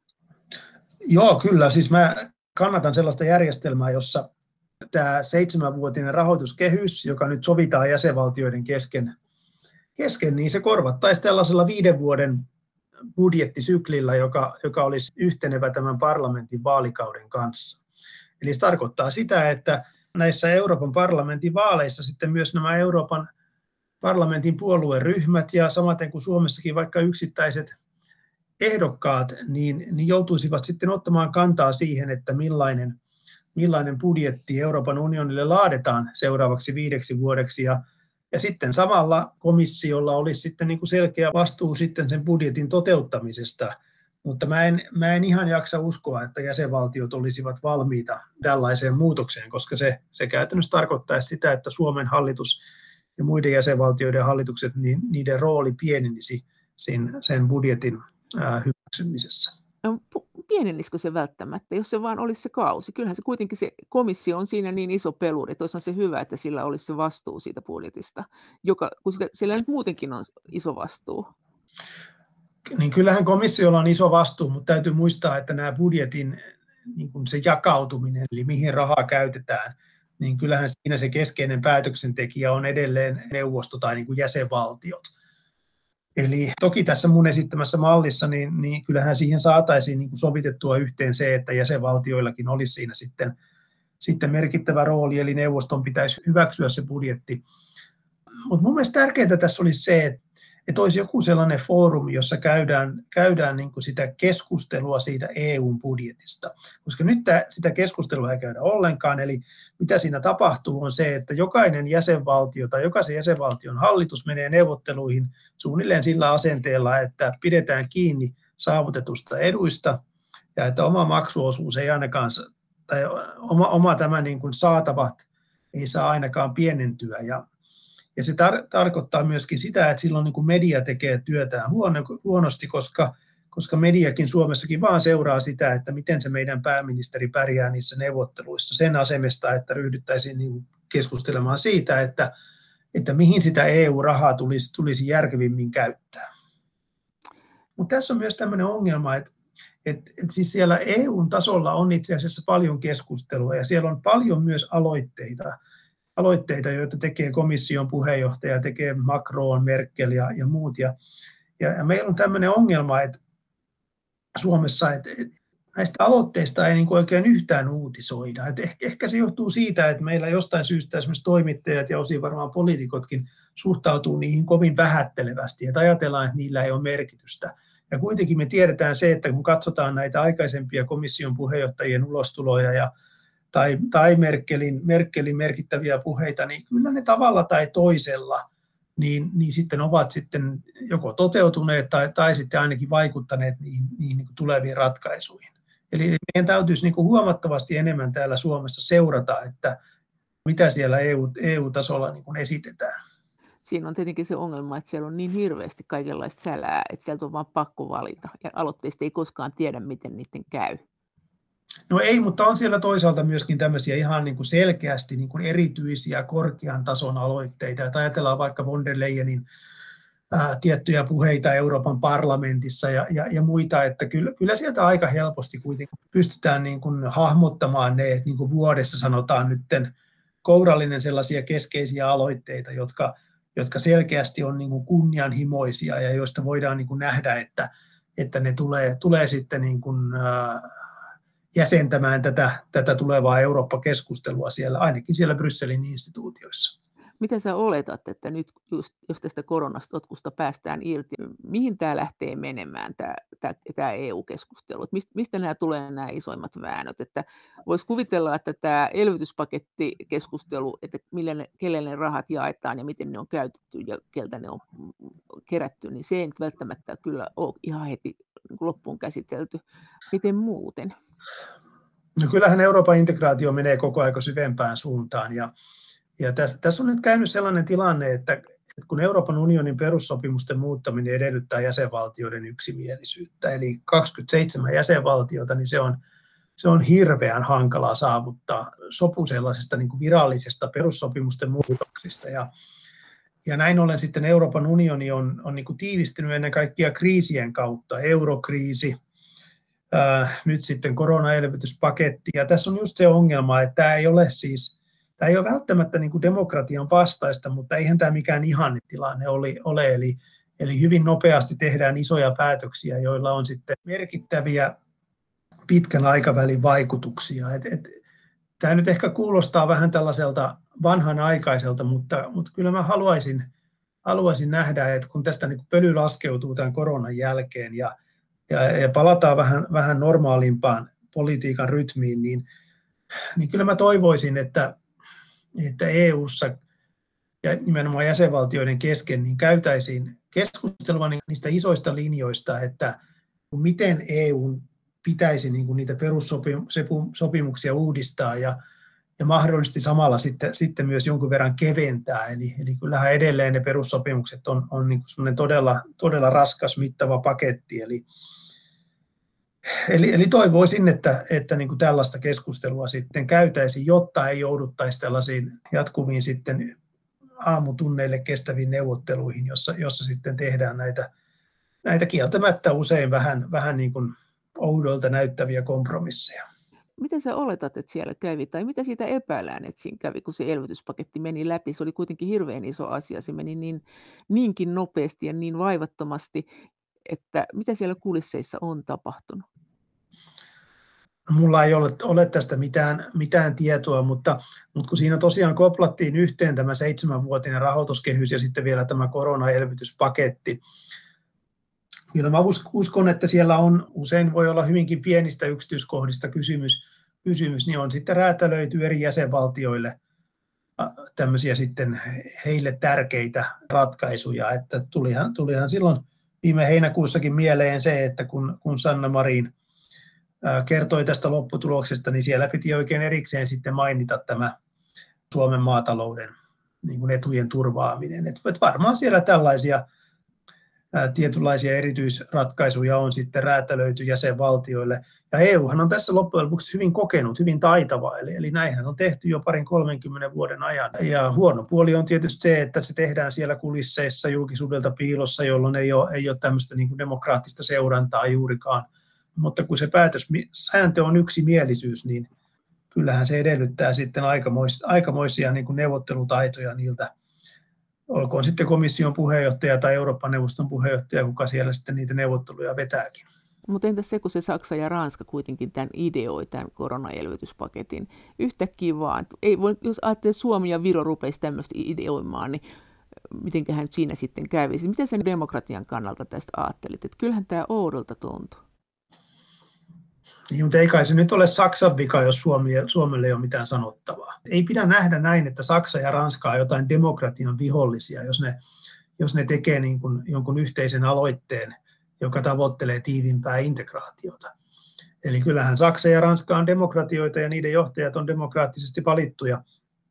Joo, kyllä. Siis mä kannatan sellaista järjestelmää, jossa tämä seitsemänvuotinen rahoituskehys, joka nyt sovitaan jäsenvaltioiden kesken, kesken niin se korvattaisiin tällaisella viiden vuoden budjettisyklillä, joka, joka olisi yhtenevä tämän parlamentin vaalikauden kanssa. Eli se tarkoittaa sitä, että näissä Euroopan parlamentin vaaleissa sitten myös nämä Euroopan parlamentin puolueryhmät ja samaten kuin Suomessakin vaikka yksittäiset ehdokkaat, niin, niin joutuisivat sitten ottamaan kantaa siihen, että millainen, millainen budjetti Euroopan unionille laaditaan seuraavaksi viideksi vuodeksi. Ja, ja sitten samalla komissiolla olisi sitten niin kuin selkeä vastuu sitten sen budjetin toteuttamisesta. Mutta mä en, mä en ihan jaksa uskoa, että jäsenvaltiot olisivat valmiita tällaiseen muutokseen, koska se, se käytännössä tarkoittaisi sitä, että Suomen hallitus ja muiden jäsenvaltioiden hallitukset, niin niiden rooli pienenisi sen, sen budjetin hyväksymisessä. No, pienenisikö se välttämättä, jos se vaan olisi se kausi? Kyllähän se kuitenkin se komissio on siinä niin iso peluri, että olisihan se hyvä, että sillä olisi se vastuu siitä budjetista, joka, kun sitä, sillä nyt muutenkin on iso vastuu. Niin kyllähän komissiolla on iso vastuu, mutta täytyy muistaa, että nämä budjetin niin kuin se jakautuminen, eli mihin rahaa käytetään, niin kyllähän siinä se keskeinen päätöksentekijä on edelleen neuvosto tai niin kuin jäsenvaltiot. Eli toki tässä mun esittämässä mallissa, niin, niin kyllähän siihen saataisiin niin kuin sovitettua yhteen se, että jäsenvaltioillakin olisi siinä sitten, sitten merkittävä rooli, eli neuvoston pitäisi hyväksyä se budjetti. Mutta mun mielestä tärkeintä tässä olisi se, että, että olisi joku sellainen foorumi, jossa käydään, käydään niin kuin sitä keskustelua siitä E U:n budjetista, koska nyt sitä keskustelua ei käydä ollenkaan, eli mitä siinä tapahtuu on se, että jokainen jäsenvaltio tai jokaisen jäsenvaltion hallitus menee neuvotteluihin suunnilleen sillä asenteella, että pidetään kiinni saavutetusta eduista ja että oma maksuosuus ei ainakaan, tai oma, oma tämä niin kuin saatavat ei saa ainakaan pienentyä. Ja, ja se tar- tarkoittaa myöskin sitä, että silloin niin kuin media tekee työtään huono, huonosti, koska, koska mediakin Suomessakin vaan seuraa sitä, että miten se meidän pääministeri pärjää niissä neuvotteluissa sen asemesta, että ryhdyttäisiin niin kuin keskustelemaan siitä, että, että mihin sitä E U-rahaa tulisi, tulisi järkevimmin käyttää. Mutta tässä on myös tämmöinen ongelma, että että, että siis siellä E U:n tasolla on itse asiassa paljon keskustelua ja siellä on paljon myös aloitteita, aloitteita, joita tekee komission puheenjohtaja, tekee Macron, Merkel ja, ja muut. Ja, ja meillä on tämmöinen ongelma, että Suomessa, että näistä aloitteista ei niin kuin oikein yhtään uutisoida. Et ehkä, ehkä se johtuu siitä, että meillä jostain syystä esimerkiksi toimittajat ja osin varmaan poliitikotkin suhtautuu niihin kovin vähättelevästi, että ajatellaan, että niillä ei ole merkitystä. Ja kuitenkin me tiedetään se, että kun katsotaan näitä aikaisempia komission puheenjohtajien ulostuloja ja, tai, tai Merkelin, Merkelin merkittäviä puheita, niin kyllä ne tavalla tai toisella niin, niin sitten ovat sitten joko toteutuneet tai, tai sitten ainakin vaikuttaneet niihin, niihin niin kuin tuleviin ratkaisuihin. Eli meidän täytyisi niin kuin huomattavasti enemmän täällä Suomessa seurata, että mitä siellä E U, E U-tasolla niin kuin esitetään. Siinä on tietenkin se ongelma, että siellä on niin hirveästi kaikenlaista sälää, että sieltä on vaan pakko valita. Ja aloitteista ei koskaan tiedä, miten niiden käy. No ei, mutta on siellä toisaalta myöskin tämmöisiä ihan niin kuin selkeästi niin kuin erityisiä korkean tason aloitteita. Että ajatellaan vaikka von der Leyenin ää, tiettyjä puheita Euroopan parlamentissa ja, ja, ja muita, että kyllä, kyllä sieltä aika helposti kuitenkin pystytään niin kuin hahmottamaan ne, että niin kuin vuodessa sanotaan nytten kourallinen sellaisia keskeisiä aloitteita, jotka, jotka selkeästi on niin kuin kunnianhimoisia ja joista voidaan niin kuin nähdä, että, että ne tulee, tulee sitten niin kuin, ää, jäsentämään tätä, tätä tulevaa Eurooppa-keskustelua siellä, ainakin siellä Brysselin instituutioissa. Mitä sä oletat, että nyt just, jos tästä koronastotkusta päästään irti, mihin tämä lähtee menemään, tämä, tämä, tämä E U-keskustelu? Mist, mistä nämä tulee nämä isoimmat väännöt? Että voisi kuvitella, että tämä elvytyspakettikeskustelu, että millä ne, kelle ne rahat jaetaan ja miten ne on käytetty ja keltä ne on kerätty, niin se ei nyt välttämättä kyllä ole ihan heti loppuun käsitelty. Miten muuten? No kyllähän Euroopan integraatio menee koko ajan syvempään suuntaan ja, ja tässä, tässä on nyt käynyt sellainen tilanne, että, että kun Euroopan unionin perussopimusten muuttaminen edellyttää jäsenvaltioiden yksimielisyyttä, eli kaksikymmentäseitsemän jäsenvaltiota, niin se on, se on hirveän hankalaa saavuttaa sopu sellaisesta niin kuin virallisesta perussopimusten muutoksista ja Ja näin ollen sitten Euroopan unioni on, on niin kuin tiivistynyt ennen kaikkea kriisien kautta, eurokriisi, ää, nyt sitten koronaelvytyspaketti. Ja tässä on just se ongelma, että tämä ei ole siis, tämä ei ole välttämättä niin kuin demokratian vastaista, mutta eihän tämä mikään ihannetilanne ole. Eli, eli hyvin nopeasti tehdään isoja päätöksiä, joilla on sitten merkittäviä pitkän aikavälin vaikutuksia. Et, et, tämä nyt ehkä kuulostaa vähän tällaiselta vanhanaikaiselta, mutta, mutta kyllä mä haluaisin, haluaisin nähdä, että kun tästä niin kuin pöly laskeutuu tämän koronan jälkeen ja, ja, ja palataan vähän, vähän normaalimpaan politiikan rytmiin, niin, niin kyllä mä toivoisin, että, että E U:ssa ja nimenomaan jäsenvaltioiden kesken niin käytäisiin keskustelua niistä isoista linjoista, että miten E U:n pitäisi niin kuin niitä perussopimuksia uudistaa ja, ja mahdollisesti samalla sitten, sitten myös jonkun verran keventää. Eli, eli kyllähän edelleen ne perussopimukset on, on niin kuin semmoinen todella, todella raskas, mittava paketti. Eli, eli, eli toivoisin, että, että niin kuin tällaista keskustelua sitten käytäisiin, jotta ei jouduttaisi tällaisiin jatkuviin sitten aamutunneille kestäviin neuvotteluihin, jossa, jossa sitten tehdään näitä, näitä kieltämättä usein vähän, vähän niin kuin oudolta näyttäviä kompromisseja. Miten sä oletat, että siellä kävi, tai mitä siitä epäillään, että siinä kävi, kun se elvytyspaketti meni läpi? Se oli kuitenkin hirveän iso asia, se meni niin, niinkin nopeasti ja niin vaivattomasti, että mitä siellä kulisseissa on tapahtunut? Mulla ei ole, ole tästä mitään, mitään tietoa, mutta, mutta kun siinä tosiaan koplattiin yhteen tämä seitsemänvuotinen rahoituskehys ja sitten vielä tämä koronaelvytyspaketti, kyllä mä uskon, että siellä on, usein voi olla hyvinkin pienistä yksityiskohdista kysymys, kysymys niin on sitten räätälöity eri jäsenvaltioille tämmöisiä sitten heille tärkeitä ratkaisuja, että tulihan, tulihan silloin viime heinäkuussakin mieleen se, että kun, kun Sanna Marin kertoi tästä lopputuloksesta, niin siellä piti oikein erikseen sitten mainita tämä Suomen maatalouden niin kuin etujen turvaaminen, että varmaan siellä tällaisia tietynlaisia erityisratkaisuja on sitten räätälöity jäsenvaltioille. Ja E Uhan on tässä loppujen lopuksi hyvin kokenut, hyvin taitava, eli, eli näinhän on tehty jo parin kolmenkymmenen vuoden ajan. Ja huono puoli on tietysti se, että se tehdään siellä kulisseissa julkisuudelta piilossa, jolloin ei ole, ei ole tämmöistä niin kuin demokraattista seurantaa juurikaan. Mutta kun se päätös, sääntö on yksimielisyys, niin, kyllähän se edellyttää sitten aikamoisia, aikamoisia niin kuin neuvottelutaitoja niiltä, olkoon sitten komission puheenjohtaja tai Euroopan neuvoston puheenjohtaja, kuka siellä sitten niitä neuvotteluja vetääkin. Mutta entäs se, kun se Saksa ja Ranska kuitenkin tämän ideoi, tämän koronaelvytyspaketin, yhtäkkiä vaan, ei voi, jos ajattelee Suomi ja Viro rupeisi tämmöistä ideoimaan, niin mitenköhän siinä sitten kävisi? Miten sen demokratian kannalta tästä ajattelit? Että kyllähän tämä oudolta tuntuu. Niin, mutta ei kai se nyt ole Saksan vika, jos Suomi, Suomelle ei ole mitään sanottavaa. Ei pidä nähdä näin, että Saksa ja Ranska on jotain demokratian vihollisia, jos ne, jos ne tekee niin kuin jonkun yhteisen aloitteen, joka tavoittelee tiivimpää integraatiota. Eli kyllähän Saksa ja Ranska on demokratioita ja niiden johtajat on demokraattisesti valittuja.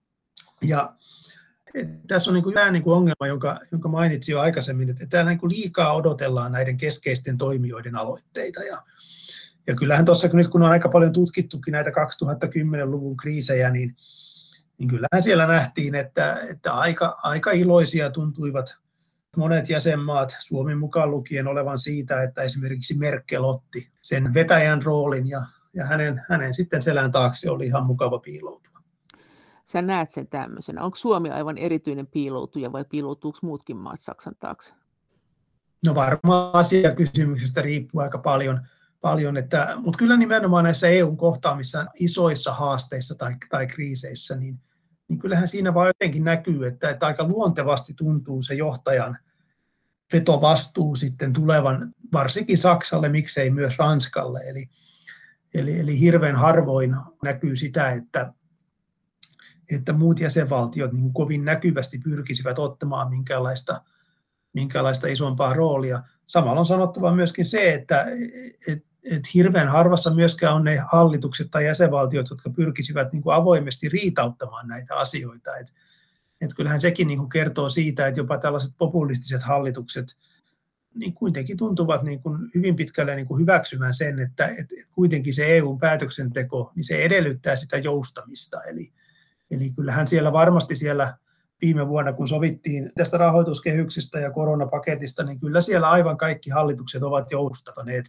Ja tässä on niin kuin tämä niin kuin ongelma, jonka, jonka mainitsin jo aikaisemmin, että täällä niin kuin liikaa odotellaan näiden keskeisten toimijoiden aloitteita. Ja, ja kyllähän tuossa nyt, kun on aika paljon tutkittukin näitä kaksituhattakymmenen-luvun kriisejä, niin, niin kyllähän siellä nähtiin, että, että aika, aika iloisia tuntuivat monet jäsenmaat, Suomi mukaan lukien, olevan siitä, että esimerkiksi Merkel otti sen vetäjän roolin ja, ja hänen, hänen sitten selän taakse oli ihan mukava piiloutua. Sä näet sen tämmöisenä. Onko Suomi aivan erityinen piiloutuja vai piiloutuuko muutkin maat Saksan taakse? No varmaan asiakysymyksestä riippuu aika paljon, paljon että, mutta kyllä nimenomaan näissä E U:n kohtaamissa isoissa haasteissa tai, tai kriiseissä, niin niin kyllähän siinä vaan jotenkin näkyy, että, että aika luontevasti tuntuu se johtajan vetovastuu sitten tulevan, varsinkin Saksalle, miksei myös Ranskalle. Eli, eli, eli hirveän harvoin näkyy sitä, että, että muut jäsenvaltiot niin kovin näkyvästi pyrkisivät ottamaan minkäänlaista, minkäänlaista isompaa roolia. Samalla on sanottava myöskin se, että et, et hirveän harvassa myöskään on ne hallitukset tai jäsenvaltiot, jotka pyrkisivät niin kuin avoimesti riitauttamaan näitä asioita. Et, et kyllähän sekin niin kuin kertoo siitä, että jopa tällaiset populistiset hallitukset niin kuitenkin tuntuvat niin kuin hyvin pitkälle niin kuin hyväksymään sen, että et, et kuitenkin se E U:n päätöksenteko, niin se edellyttää sitä joustamista. Eli, eli kyllähän siellä varmasti siellä viime vuonna, kun sovittiin tästä rahoituskehyksestä ja koronapaketista, niin kyllä siellä aivan kaikki hallitukset ovat joustaneet.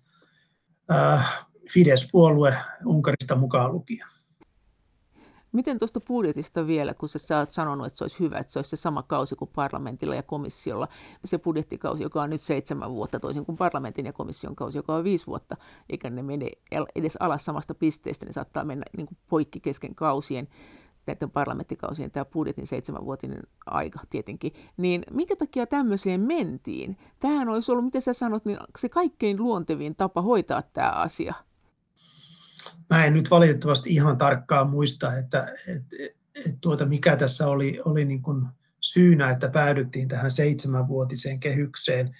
Fidesz-puolue Unkarista mukaan lukien. Miten tuosta budjetista vielä, kun sä oot sanonut, että se olisi hyvä, että se olisi se sama kausi kuin parlamentilla ja komissiolla, se budjettikausi, joka on nyt seitsemän vuotta, toisin kuin parlamentin ja komission kausi, joka on viisi vuotta, eikä ne mene edes alas samasta pisteestä, ne saattaa mennä niin kuin poikki kesken kausien, näiden parlamenttikausien, tämä budjetin seitsemänvuotinen aika tietenkin, niin minkä takia tämmöiseen mentiin? Tämähän olisi ollut, miten sä sanot, niin se kaikkein luontevin tapa hoitaa tämä asia. Mä en nyt valitettavasti ihan tarkkaan muista, että et, et, et tuota, mikä tässä oli, oli niin kuin syynä, että päädyttiin tähän seitsemänvuotiseen kehykseen.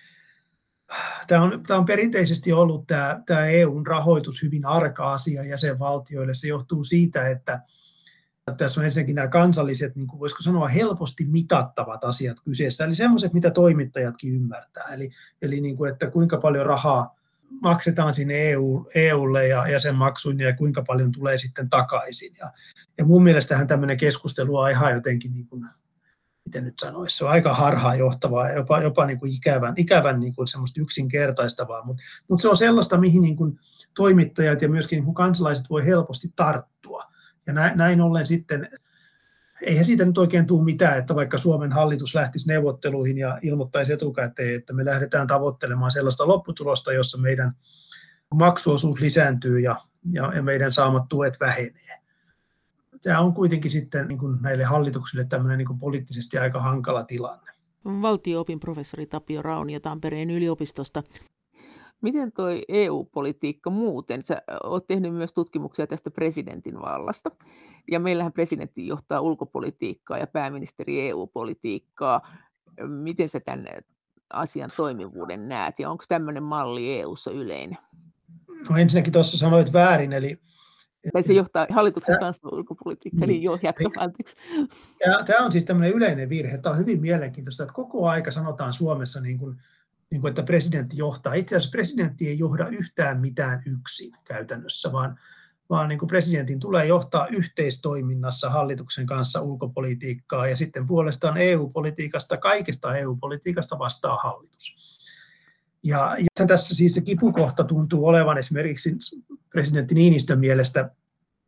Tämä on, tämä on perinteisesti ollut tämä, tämä E U:n rahoitus hyvin arka asia jäsenvaltioille. Se johtuu siitä, että tässä on ensinnäkin nämä kansalliset, niin kuin voisiko sanoa, helposti mitattavat asiat kyseessä, eli sellaiset, mitä toimittajatkin ymmärtää, eli, eli niin kuin, että kuinka paljon rahaa maksetaan sinne E U, E U:lle ja jäsenmaksuille ja kuinka paljon tulee sitten takaisin. Ja, ja mun mielestähän tämmöinen keskustelu on ihan jotenkin, niin kuin, miten nyt sanoisi, se on aika harhaanjohtavaa ja jopa, jopa niin kuin ikävän, ikävän niin kuin semmoista yksinkertaistavaa, mutta, mutta se on sellaista, mihin niin kuin toimittajat ja myöskin niin kuin kansalaiset voi helposti tarttua. Ja näin ollen sitten, eihän siitä nyt oikein tule mitään, että vaikka Suomen hallitus lähtisi neuvotteluihin ja ilmoittaisi etukäteen, että me lähdetään tavoittelemaan sellaista lopputulosta, jossa meidän maksuosuus lisääntyy ja, ja, ja meidän saamat tuet vähenee. Tämä on kuitenkin sitten niin kuin näille hallituksille tämmöinen niin kuin poliittisesti aika hankala tilanne. Valtio-opin professori Tapio Raunio Tampereen yliopistosta. Miten toi E U-politiikka muuten? Sä oot tehnyt myös tutkimuksia tästä presidentin vallasta. Ja meillähän presidentti johtaa ulkopolitiikkaa ja pääministeri E U-politiikkaa. Miten sä tämän asian toimivuuden näet? Ja onko tämmöinen malli E U:ssa yleinen? No ensinnäkin tuossa sanoit väärin, eli... Tai se johtaa hallituksen kanssa ulkopolitiikkaa, niin, niin joo, jatka, anteeksi. Tämä on siis tämmöinen yleinen virhe. Tämä on hyvin mielenkiintoista, että koko aika sanotaan Suomessa niin kuin, niin kuin, että presidentti johtaa. Itse asiassa presidentti ei johda yhtään mitään yksin käytännössä, vaan, vaan niin kuin presidentin tulee johtaa yhteistoiminnassa hallituksen kanssa ulkopolitiikkaa ja sitten puolestaan E U-politiikasta, kaikesta E U-politiikasta vastaa hallitus. Ja, ja tässä siis se kipukohta tuntuu olevan esimerkiksi presidentti Niinistön mielestä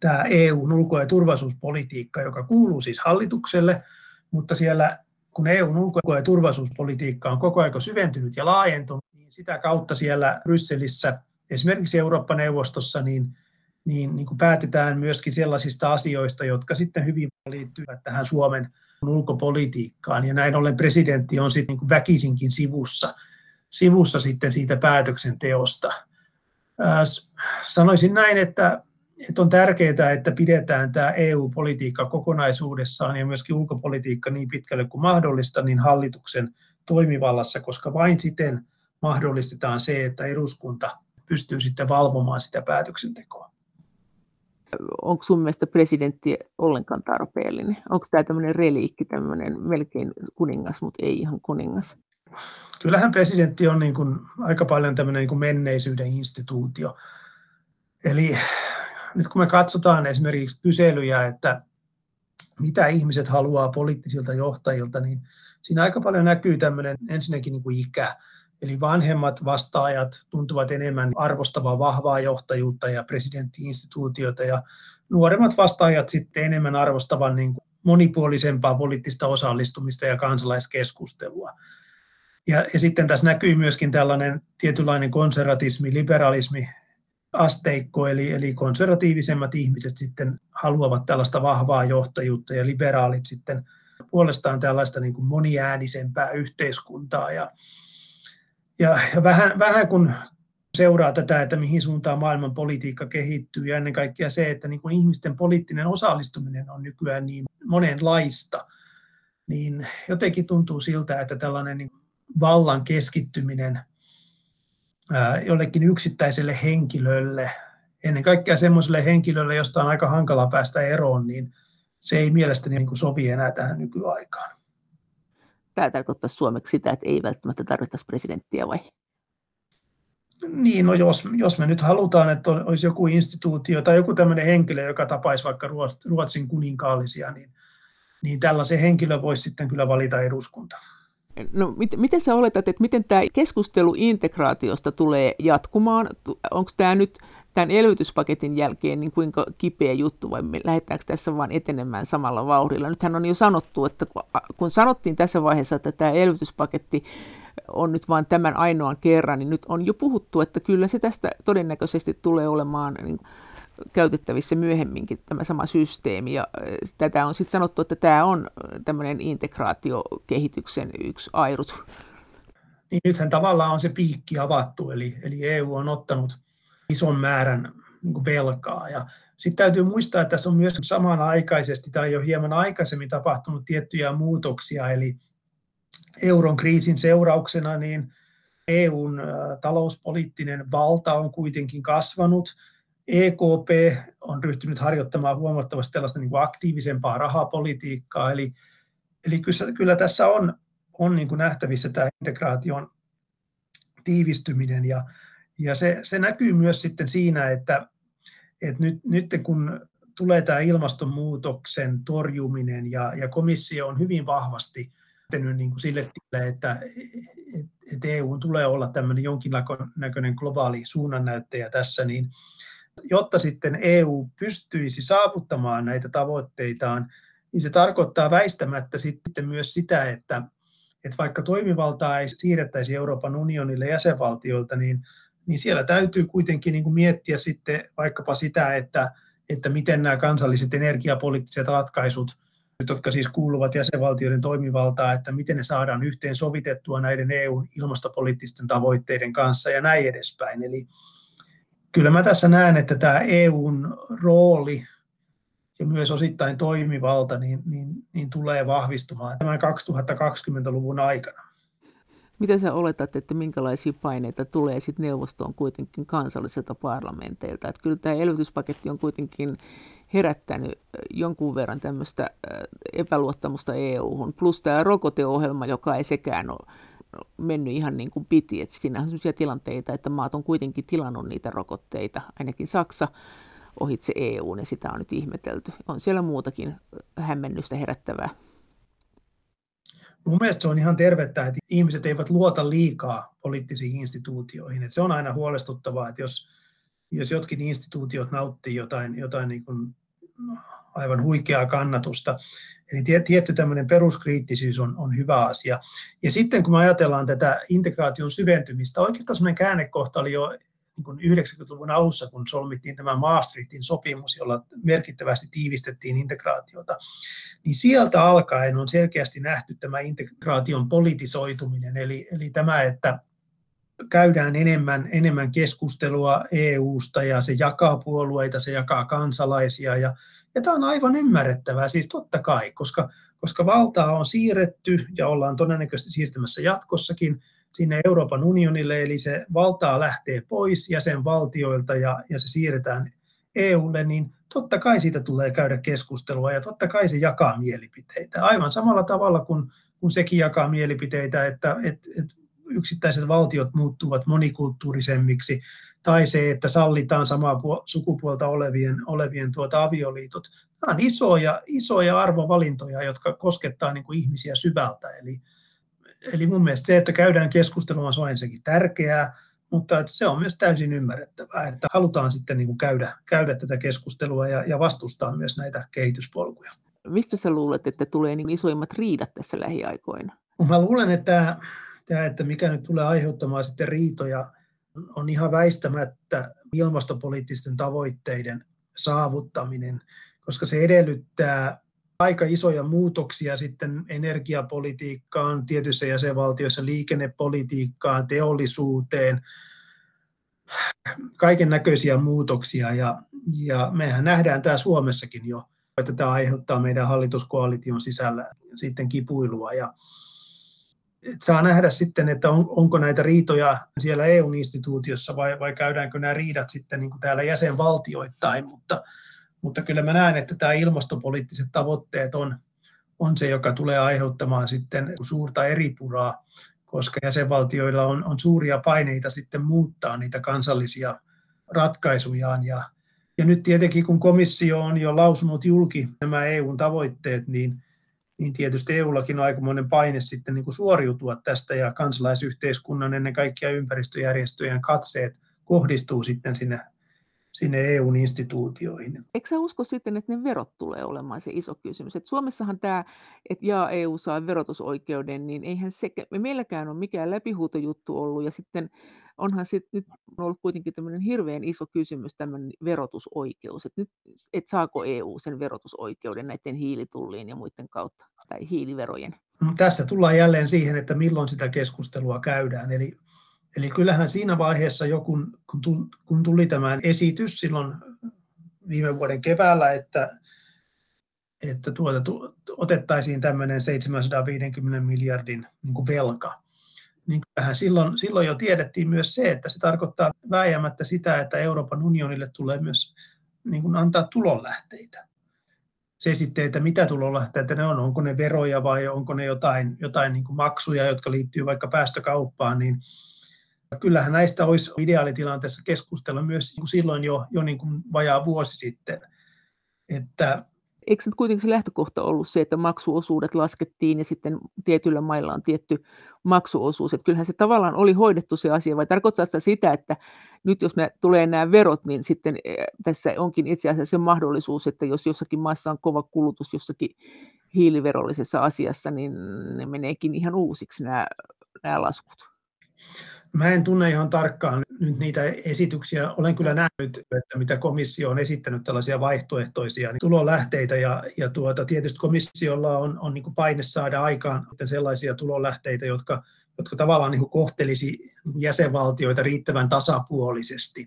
tämä E U:n ulko- ja turvallisuuspolitiikka, joka kuuluu siis hallitukselle, mutta siellä kun E U:n ulko- ja turvallisuuspolitiikka on koko ajan syventynyt ja laajentunut, niin sitä kautta siellä Brysselissä, esimerkiksi Eurooppa-neuvostossa, niin, niin, niin kuin päätetään myöskin sellaisista asioista, jotka sitten hyvin liittyvät tähän Suomen ulkopolitiikkaan. Ja näin ollen presidentti on sitten niin kuin väkisinkin sivussa, sivussa sitten siitä päätöksenteosta. Ää, sanoisin näin, että Että on tärkeää, että pidetään tämä E U-politiikka kokonaisuudessaan ja myöskin ulkopolitiikka niin pitkälle kuin mahdollista niin hallituksen toimivallassa, koska vain siten mahdollistetaan se, että eduskunta pystyy sitten valvomaan sitä päätöksentekoa. Onko sun mielestä presidentti ollenkaan tarpeellinen? Onko tämä tämmöinen reliikki, tämmöinen melkein kuningas, mutta ei ihan kuningas? Kyllähän presidentti on niin kuin aika paljon tämmöinen niin kuin menneisyyden instituutio. Eli nyt kun me katsotaan esimerkiksi kyselyjä, että mitä ihmiset haluaa poliittisilta johtajilta, niin siinä aika paljon näkyy tämmöinen ensinnäkin niin kuin ikä. Eli vanhemmat vastaajat tuntuvat enemmän arvostavaa vahvaa johtajuutta ja presidenttiinstituutiota, ja nuoremmat vastaajat sitten enemmän arvostavan niin kuin monipuolisempaa poliittista osallistumista ja kansalaiskeskustelua. Ja, ja sitten tässä näkyy myöskin tällainen tietynlainen konservatismi, liberalismi, asteikko, eli, eli konservatiivisemmat ihmiset sitten haluavat tällaista vahvaa johtajuutta ja liberaalit sitten puolestaan tällaista niin kuin moniäänisempää yhteiskuntaa. Ja, ja, ja vähän, vähän kun seuraa tätä, että mihin suuntaan maailman politiikka kehittyy ja ennen kaikkea se, että niin kuin ihmisten poliittinen osallistuminen on nykyään niin monenlaista, niin jotenkin tuntuu siltä, että tällainen niin vallan keskittyminen jollekin yksittäiselle henkilölle, ennen kaikkea semmoiselle henkilölle, josta on aika hankala päästä eroon, niin se ei mielestäni niin kuin sovi enää tähän nykyaikaan. Tämä tarkoittaa suomeksi sitä, että ei välttämättä tarvittaisi presidenttiä vai? Niin, no jos, jos me nyt halutaan, että olisi joku instituutio tai joku tämmöinen henkilö, joka tapaisi vaikka Ruotsin kuninkaallisia, niin, niin tällaisen henkilön voisi sitten kyllä valita eduskunta. No, mit, miten sä oletat, että miten tämä keskustelu integraatiosta tulee jatkumaan? Onko tämä nyt tämän elvytyspaketin jälkeen niin kuinka kipeä juttu vai lähdetäänkö tässä vaan etenemään samalla vauhdilla? Nythän on jo sanottu, että kun sanottiin tässä vaiheessa, että tämä elvytyspaketti on nyt vain tämän ainoan kerran, niin nyt on jo puhuttu, että kyllä se tästä todennäköisesti tulee olemaan niin käytettävissä myöhemminkin tämä sama systeemi. Ja tätä on sitten sanottu, että tämä on tämmöinen integraatiokehityksen yksi airut. Niin nythän tavallaan on se piikki avattu, eli, eli E U on ottanut ison määrän niin kuin velkaa. Ja sitten täytyy muistaa, että tässä on myös samanaikaisesti tai jo hieman aikaisemmin tapahtunut tiettyjä muutoksia, eli euron kriisin seurauksena niin E U:n talouspoliittinen valta on kuitenkin kasvanut. E K P on ryhtynyt harjoittamaan huomattavasti tällaista niin kuin aktiivisempaa rahapolitiikkaa, eli, eli kyllä, kyllä tässä on, on niin kuin nähtävissä tämä integraation tiivistyminen, ja, ja se, se näkyy myös sitten siinä, että, että nyt, nyt kun tulee tämä ilmastonmuutoksen torjuminen, ja, ja komissio on hyvin vahvasti tehnyt niin kuin sille tielle, että, että E U tulee olla tämmöinen jonkinnäköinen globaali suunnannäyttäjä tässä, niin jotta sitten E U pystyisi saavuttamaan näitä tavoitteitaan, niin se tarkoittaa väistämättä sitten myös sitä, että, että vaikka toimivaltaa ei siirrettäisi Euroopan unionille jäsenvaltioilta, niin, niin siellä täytyy kuitenkin niin kuin miettiä sitten vaikkapa sitä, että, että miten nämä kansalliset energiapoliittiset ratkaisut, jotka siis kuuluvat jäsenvaltioiden toimivaltaa, että miten ne saadaan yhteen sovitettua näiden E U:n ilmastopoliittisten tavoitteiden kanssa ja näin edespäin. Eli kyllä mä tässä näen, että tämä E U:n rooli ja myös osittain toimivalta niin, niin, niin tulee vahvistumaan tämän kaksituhattakaksikymmentäluvun aikana. Mitä sä oletat, että minkälaisia paineita tulee sitten neuvostoon kuitenkin kansallisilta parlamenteilta? Että kyllä tämä elvytyspaketti on kuitenkin herättänyt jonkun verran tämmöistä epäluottamusta E U:hun, plus tämä rokoteohjelma, joka ei sekään ole mennyt ihan niin kuin piti. Että siinä on sellaisia tilanteita, että maat on kuitenkin tilannut niitä rokotteita, ainakin Saksa ohitse E U:n, ja sitä on nyt ihmetelty. On siellä muutakin hämmennystä herättävää. Mun mielestä se on ihan tervettä, että ihmiset eivät luota liikaa poliittisiin instituutioihin. Että se on aina huolestuttavaa, että jos, jos jotkin instituutiot nauttii jotain, jotain niin kuin aivan huikeaa kannatusta. Eli tietty tämmöinen peruskriittisyys on, on hyvä asia. Ja sitten kun me ajatellaan tätä integraation syventymistä, oikeastaan semmoinen käännekohta oli jo niin kuin yhdeksänkymmentäluvun alussa, kun solmittiin tämä Maastrichtin sopimus, jolla merkittävästi tiivistettiin integraatiota, niin sieltä alkaen on selkeästi nähty tämä integraation politisoituminen, eli, eli tämä, että käydään enemmän, enemmän keskustelua E U:sta ja se jakaa puolueita, se jakaa kansalaisia ja, ja tämä on aivan ymmärrettävää, siis totta kai, koska, koska valtaa on siirretty ja ollaan todennäköisesti siirtymässä jatkossakin sinne Euroopan unionille, eli se valtaa lähtee pois jäsenvaltioilta ja, ja se siirretään E U:lle, niin totta kai siitä tulee käydä keskustelua ja totta kai se jakaa mielipiteitä. Aivan samalla tavalla kuin, kuin sekin jakaa mielipiteitä, että et, et yksittäiset valtiot muuttuvat monikulttuurisemmiksi, tai se, että sallitaan samaa sukupuolta olevien, olevien tuota avioliitot. Nämä on isoja, isoja arvovalintoja, jotka koskettaa niin kuin ihmisiä syvältä. Eli, eli mun mielestä se, että käydään keskustelua, se on ensinnäkin tärkeää, mutta että se on myös täysin ymmärrettävää, että halutaan sitten niin kuin käydä, käydä tätä keskustelua ja, ja vastustaa myös näitä kehityspolkuja. Mistä sä luulet, että tulee niin isoimmat riidat tässä lähiaikoina? Mä luulen, että Tämä, että mikä nyt tulee aiheuttamaan sitten riitoja, on ihan väistämättä ilmastopoliittisten tavoitteiden saavuttaminen, koska se edellyttää aika isoja muutoksia sitten energiapolitiikkaan, tietyissä jäsenvaltioissa liikennepolitiikkaan, teollisuuteen, kaiken näköisiä muutoksia. Ja, ja mehän nähdään tämä Suomessakin jo, että tämä aiheuttaa meidän hallituskoalition sisällä sitten kipuilua. Ja Et saa nähdä sitten, että on, onko näitä riitoja siellä E U-instituutiossa vai, vai käydäänkö nämä riidat sitten niin kuin täällä jäsenvaltioittain, mutta, mutta kyllä mä näen, että tämä ilmastopoliittiset tavoitteet on, on se, joka tulee aiheuttamaan sitten suurta eripuraa, koska jäsenvaltioilla on, on suuria paineita sitten muuttaa niitä kansallisia ratkaisujaan. Ja, ja nyt tietenkin, kun komissio on jo lausunut julki nämä E U:n tavoitteet, niin niin tietysti E U:llakin on aikamoinen paine sitten niin kuin suoriutua tästä, ja kansalaisyhteiskunnan, ennen kaikkea ympäristöjärjestöjen katseet kohdistuu sitten sinne, sinne E U:n instituutioihin. Eikö sä usko sitten, että ne verot tulee olemaan se iso kysymys? Et Suomessahan tämä, että jaa, E U saa verotusoikeuden, niin eihän se, meilläkään ole mikään läpihuutojuttu ollut, ja sitten onhan sit, nyt on ollut kuitenkin tämmöinen hirveän iso kysymys, tämmöinen verotusoikeus, että nyt, et saako E U sen verotusoikeuden näiden hiilitulliin ja muiden kautta, tai hiiliverojen? Tässä tullaan jälleen siihen, että milloin sitä keskustelua käydään, eli Eli kyllähän siinä vaiheessa jo, kun, kun tuli tämä esitys silloin viime vuoden keväällä, että, että tuota, tu, otettaisiin tämmöinen seitsemänsataaviisikymmentä miljardin niin kuin velka, niin kyllähän silloin, silloin jo tiedettiin myös se, että se tarkoittaa vääjäämättä sitä, että Euroopan unionille tulee myös niin kuin antaa tulonlähteitä. Se sitten, että mitä tulonlähteitä ne on, onko ne veroja vai onko ne jotain, jotain niin kuin maksuja, jotka liittyy vaikka päästökauppaan, niin kyllähän näistä olisi ideaalitilanteessa keskustella myös silloin jo, jo niin kuin vajaa vuosi sitten. Että eikö nyt kuitenkin se lähtökohta ollut se, että maksuosuudet laskettiin ja sitten tietyillä mailla on tietty maksuosuus. Että kyllähän se tavallaan oli hoidettu se asia, vai tarkoittaa se sitä, että nyt jos ne tulee nämä verot, niin sitten tässä onkin itse asiassa se mahdollisuus, että jos jossakin maassa on kova kulutus jossakin hiiliverollisessa asiassa, niin ne meneekin ihan uusiksi nämä, nämä laskut. Mä en tunne ihan tarkkaan nyt niitä esityksiä. Olen kyllä nähnyt, että mitä komissio on esittänyt tällaisia vaihtoehtoisia niin tulonlähteitä. Ja, ja tuota, tietysti komissiolla on, on niin kuin paine saada aikaan sellaisia tulonlähteitä, jotka, jotka tavallaan niin kuin kohtelisi jäsenvaltioita riittävän tasapuolisesti.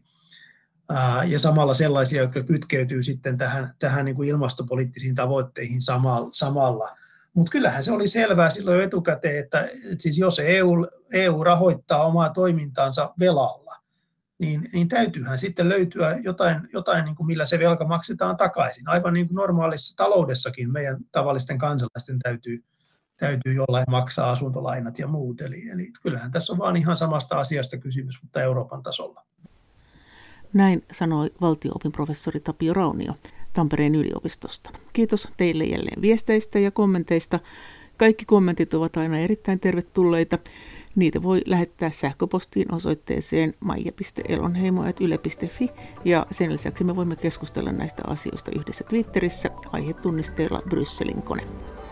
Ää, ja samalla sellaisia, jotka kytkeytyy sitten tähän, tähän niin kuin ilmastopoliittisiin tavoitteihin samalla. samalla. Mutta kyllähän se oli selvää silloin jo etukäteen, että, että siis jos E U, E U rahoittaa omaa toimintaansa velalla, niin, niin täytyyhän sitten löytyä jotain, jotain niin kuin millä se velka maksetaan takaisin. Aivan niin kuin normaalissa taloudessakin meidän tavallisten kansalaisten täytyy, täytyy jollain maksaa asuntolainat ja muut. Eli, eli kyllähän tässä on vaan ihan samasta asiasta kysymys, mutta Euroopan tasolla. Näin sanoi valtio-opin professori Tapio Raunio Tampereen yliopistosta. Kiitos teille jälleen viesteistä ja kommenteista. Kaikki kommentit ovat aina erittäin tervetulleita. Niitä voi lähettää sähköpostiin osoitteeseen maija piste elonheimo ät yle piste fi ja sen lisäksi me voimme keskustella näistä asioista yhdessä Twitterissä aihetunnisteella Brysselin kone.